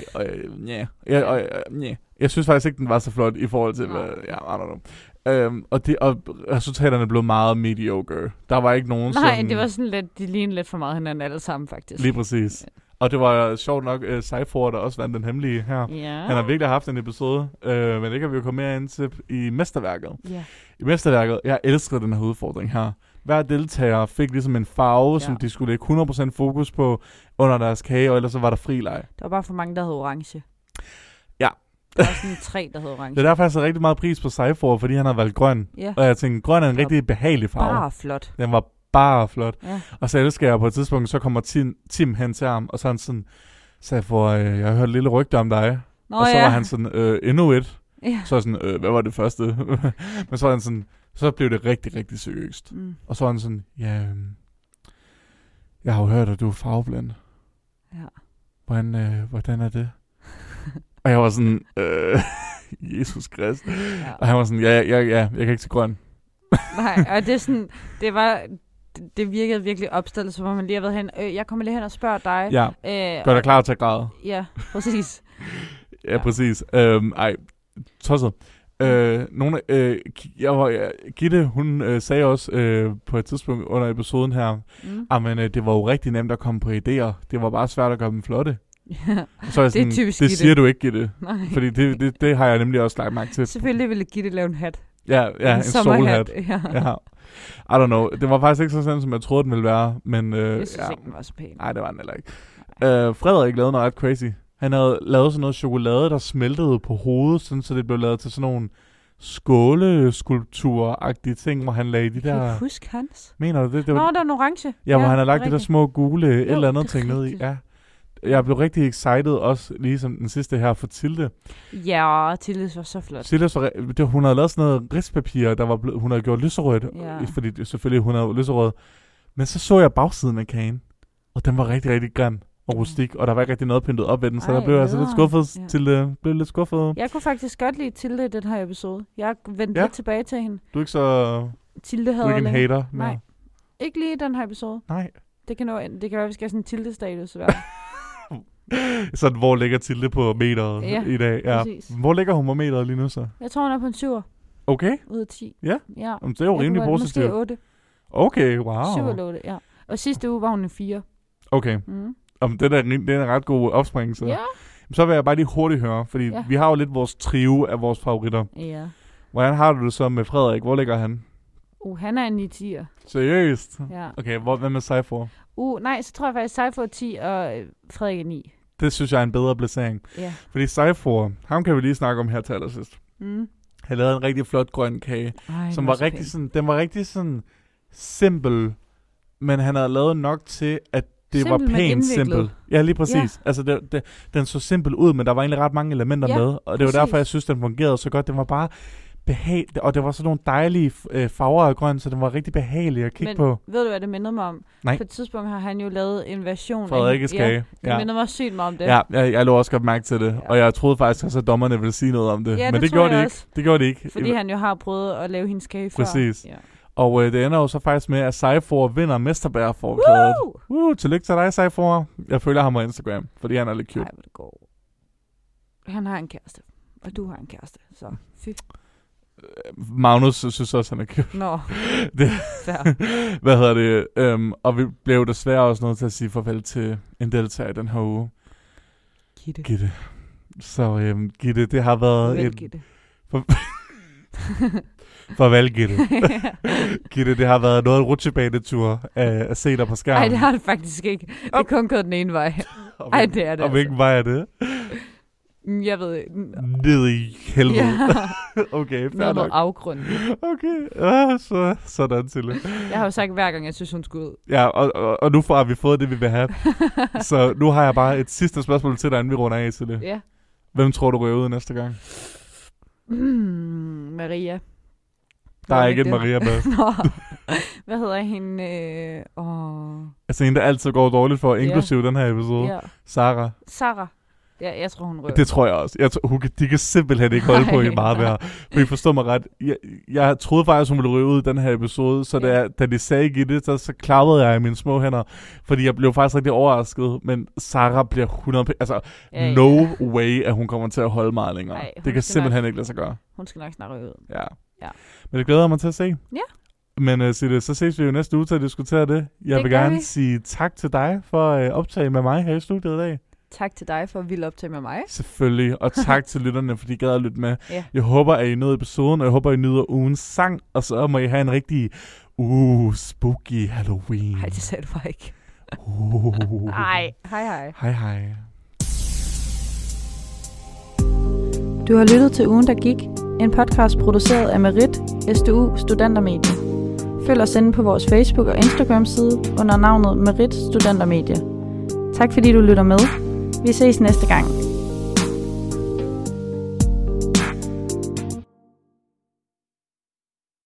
jeg synes faktisk ikke, den var så flot i forhold til, I don't know. Og resultaterne blev meget mediocre. Der var ikke nogen det var sådan lidt, de lignede lidt for meget hinanden alle sammen, faktisk. Lige præcis. Ja. Og det var sjovt nok Cypher, der også vandt den hemmelige her. Ja. Han har virkelig haft en episode, men det kan vi jo komme mere ind til i mesterværket. Ja. I mesterværket, jeg elskede den her udfordring her. Hver deltager fik ligesom en farve, som de skulle lægge 100% fokus på under deres kage, og ellers så var der fri leg. Der var bare for mange, der hed orange. Ja. Der var sådan 3, der hed orange. Det er derfor, jeg rigtig meget pris på Cypher, fordi han har valgt grøn. Ja. Og jeg tænkte, grøn er en rigtig behagelig farve. Bare flot. Den var bare flot. Ja. Og så elsker jeg på et tidspunkt, så kommer Tim hen til ham, og så er han sådan, Cypher, jeg har hørt et lille rygte om dig. Og så var han sådan, endnu et. Ja. Så sådan, hvad var det første? Men så var han sådan, så blev det rigtig, rigtig seriøst. Og så var han sådan, jeg har jo hørt, at du er farveblind. Ja. Hvordan er det? Og jeg var sådan, Jesus Krist. Ja. Og han var sådan, jeg kan ikke se grøn. Nej, og det er sådan, det virkede virkelig opstillet, så man lige har været hen. Jeg kommer lige hen og spørger dig. Ja, gør dig klar til at græde. Ja, præcis. Ja, præcis. Tosset. Gitte, hun sagde også på et tidspunkt under episoden her, men det var jo rigtig nemt at komme på idéer. Det var bare svært at gøre dem flotte. Ja, så er sådan, det er typisk det Gitte. Siger du ikke, Gitte. Nej. Fordi det har jeg nemlig også lagt mærke til. Selvfølgelig ville Gitte lave en hat. Ja, en solhat. Ja. I don't know. Det var faktisk ikke så sådan, som jeg troede, den ville være. Men, jeg synes ikke, den var så pæn. Nej, det var den heller ikke. Frederik lavede noget ret crazy. Han havde lavet sådan noget chokolade, der smeltede på hovedet, sådan, så det blev lavet til sådan nogle skåleskulpturer-agtige ting, hvor han lagde de der... Kan du huske hans? Mener du det? Nå, der var en orange. Ja, hvor han havde lagt de der små gule et eller andet ting ned i. Ja. Jeg blev rigtig excited også, ligesom den sidste her for Tilde. Ja, Tildes var så flot. Tildes hun havde lavet sådan noget rispapir, hun havde gjort lyserødt, fordi selvfølgelig hun havde lyserød. Men så jeg bagsiden af kagen. Og den var rigtig, rigtig grim og rustik, og der var ikke rigtig noget pyntet op ved den, så der blev jeg altså lidt skuffet blev lidt skuffet. Jeg kunne faktisk godt lide Tilde i den her episode. Jeg vendte lidt tilbage til hende. Du er ikke så... Tilde havde du er ikke en hater mere? Nej, ikke lige i den her episode. Nej. Det kan være, vi skal have sådan en Tilde-status. Sådan, hvor ligger Tilde på meteret i dag? Ja. Præcis. Hvor ligger hun på meteret lige nu så? Jeg tror, hun er på en 7. Okay. Ud af 10. Ja. Det er jo rimelig positivt. Måske 8. Okay, wow. 7 eller 8, ja. Og sidste uge var hun en 4. Okay. Det er en ret god opspring, så. Ja. Så vil jeg bare lige hurtigt høre, fordi vi har jo lidt vores trio af vores favoritter. Ja. Hvordan har du det så med Frederik? Hvor ligger han? Han er en 9-10'er. Seriøst? Ja. Okay, hvad med Seifor? Nej, så tror jeg faktisk, Seifor er 10, og Frederik er 9. Det synes jeg er en bedre placering. Ja. Fordi Seifor, ham kan vi lige snakke om her til allersidst. Han lavede en rigtig flot grøn kage, som var rigtig sådan, den var rigtig sådan simpel, men han havde lavet nok til, at det simpel, var pænt simpel. Ja, lige præcis. Ja. Altså, den så simpel ud, men der var egentlig ret mange elementer med, og det var derfor, jeg synes, den fungerede så godt. Den var bare behagelig, og det var sådan nogle dejlige farver af grøn, så den var rigtig behagelig at kigge på. Ved du, hvad det mindede mig om? Nej. På et tidspunkt har han jo lavet en version Frederikkes kage. Det mindede mig sygt meget om det. Ja, jeg lå også godt mærke til det, og jeg troede faktisk, at dommerne ville sige noget om det. Ja, men det gjorde de ikke. Det gjorde de ikke. Fordi han jo har prøvet at lave hendes kage før. Præcis. Ja. Og det ender jo så faktisk med, at Seifor vinder Mesterbær-forklædet. Tillykke til dig, Seifor. Jeg følger ham på Instagram, fordi han er lidt cute. Nej, hvor det går. Han har en kæreste, og du har en kæreste, så fy. Magnus synes også, han er cute. Nå, Hvad hedder det? Og vi blev desværre også nødt til at sige farvel til en deltager i den her uge. Gitte. Så Gitte, det har været Gitte. Farvel, Gitte. Gitte, det har været noget af rutsjebanetur at se dig på skærmen. Nej, det har det faktisk ikke. Det er kun gået den ene vej. Ej, det er det. Og hvilken vej er det? Jeg ved ikke. Ned i helvede. Ja. Okay, fair nok. Noget afgrund. Okay, sådan til det. Jeg har jo sagt hver gang, jeg synes, hun skulle ud. Ja, og nu har vi fået det, vi vil have. Så nu har jeg bare et sidste spørgsmål til dig, inden vi runder af til det. Ja. Hvem tror du ryger ud næste gang? Maria. Der er ikke en Maria med. Nå. Hvad hedder hende? Altså en, der altid går dårligt for, inklusive den her episode. Yeah. Sarah. Ja, jeg tror, hun rører. Det tror jeg også. De kan simpelthen ikke holde på hende meget mere. For I forstår mig ret. Jeg troede faktisk, hun ville ryge ud i den her episode, så da de sagde Gitte, så klappede jeg i mine små hænder, fordi jeg blev faktisk rigtig overrasket. Men Sarah bliver 100%... Altså, no way, at hun kommer til at holde meget længere. Ej, det kan simpelthen ikke lade sig gøre. Hun skal nok snart ryge ud. Ja. Men det glæder mig til at se. Ja. Men Sitte, så ses vi jo næste uge til at diskutere det. Jeg vil gerne sige tak til dig for at optage med mig her i studiet i dag. Tak til dig for at ville optage med mig. Selvfølgelig, og tak til lytterne, fordi I gad at lytte med. Ja. Jeg håber, at I nød episoden, og jeg håber, at I nyder ugens sang, og så må I have en rigtig spooky Halloween. Nej, det sagde du bare ikke. Nej, hej. Hej. Du har lyttet til Ugen, der gik. En podcast produceret af Merit, SDU Studentermedie. Følg os inde på vores Facebook- og Instagram-side under navnet Merit Studentermedie. Tak fordi du lytter med. Vi ses næste gang.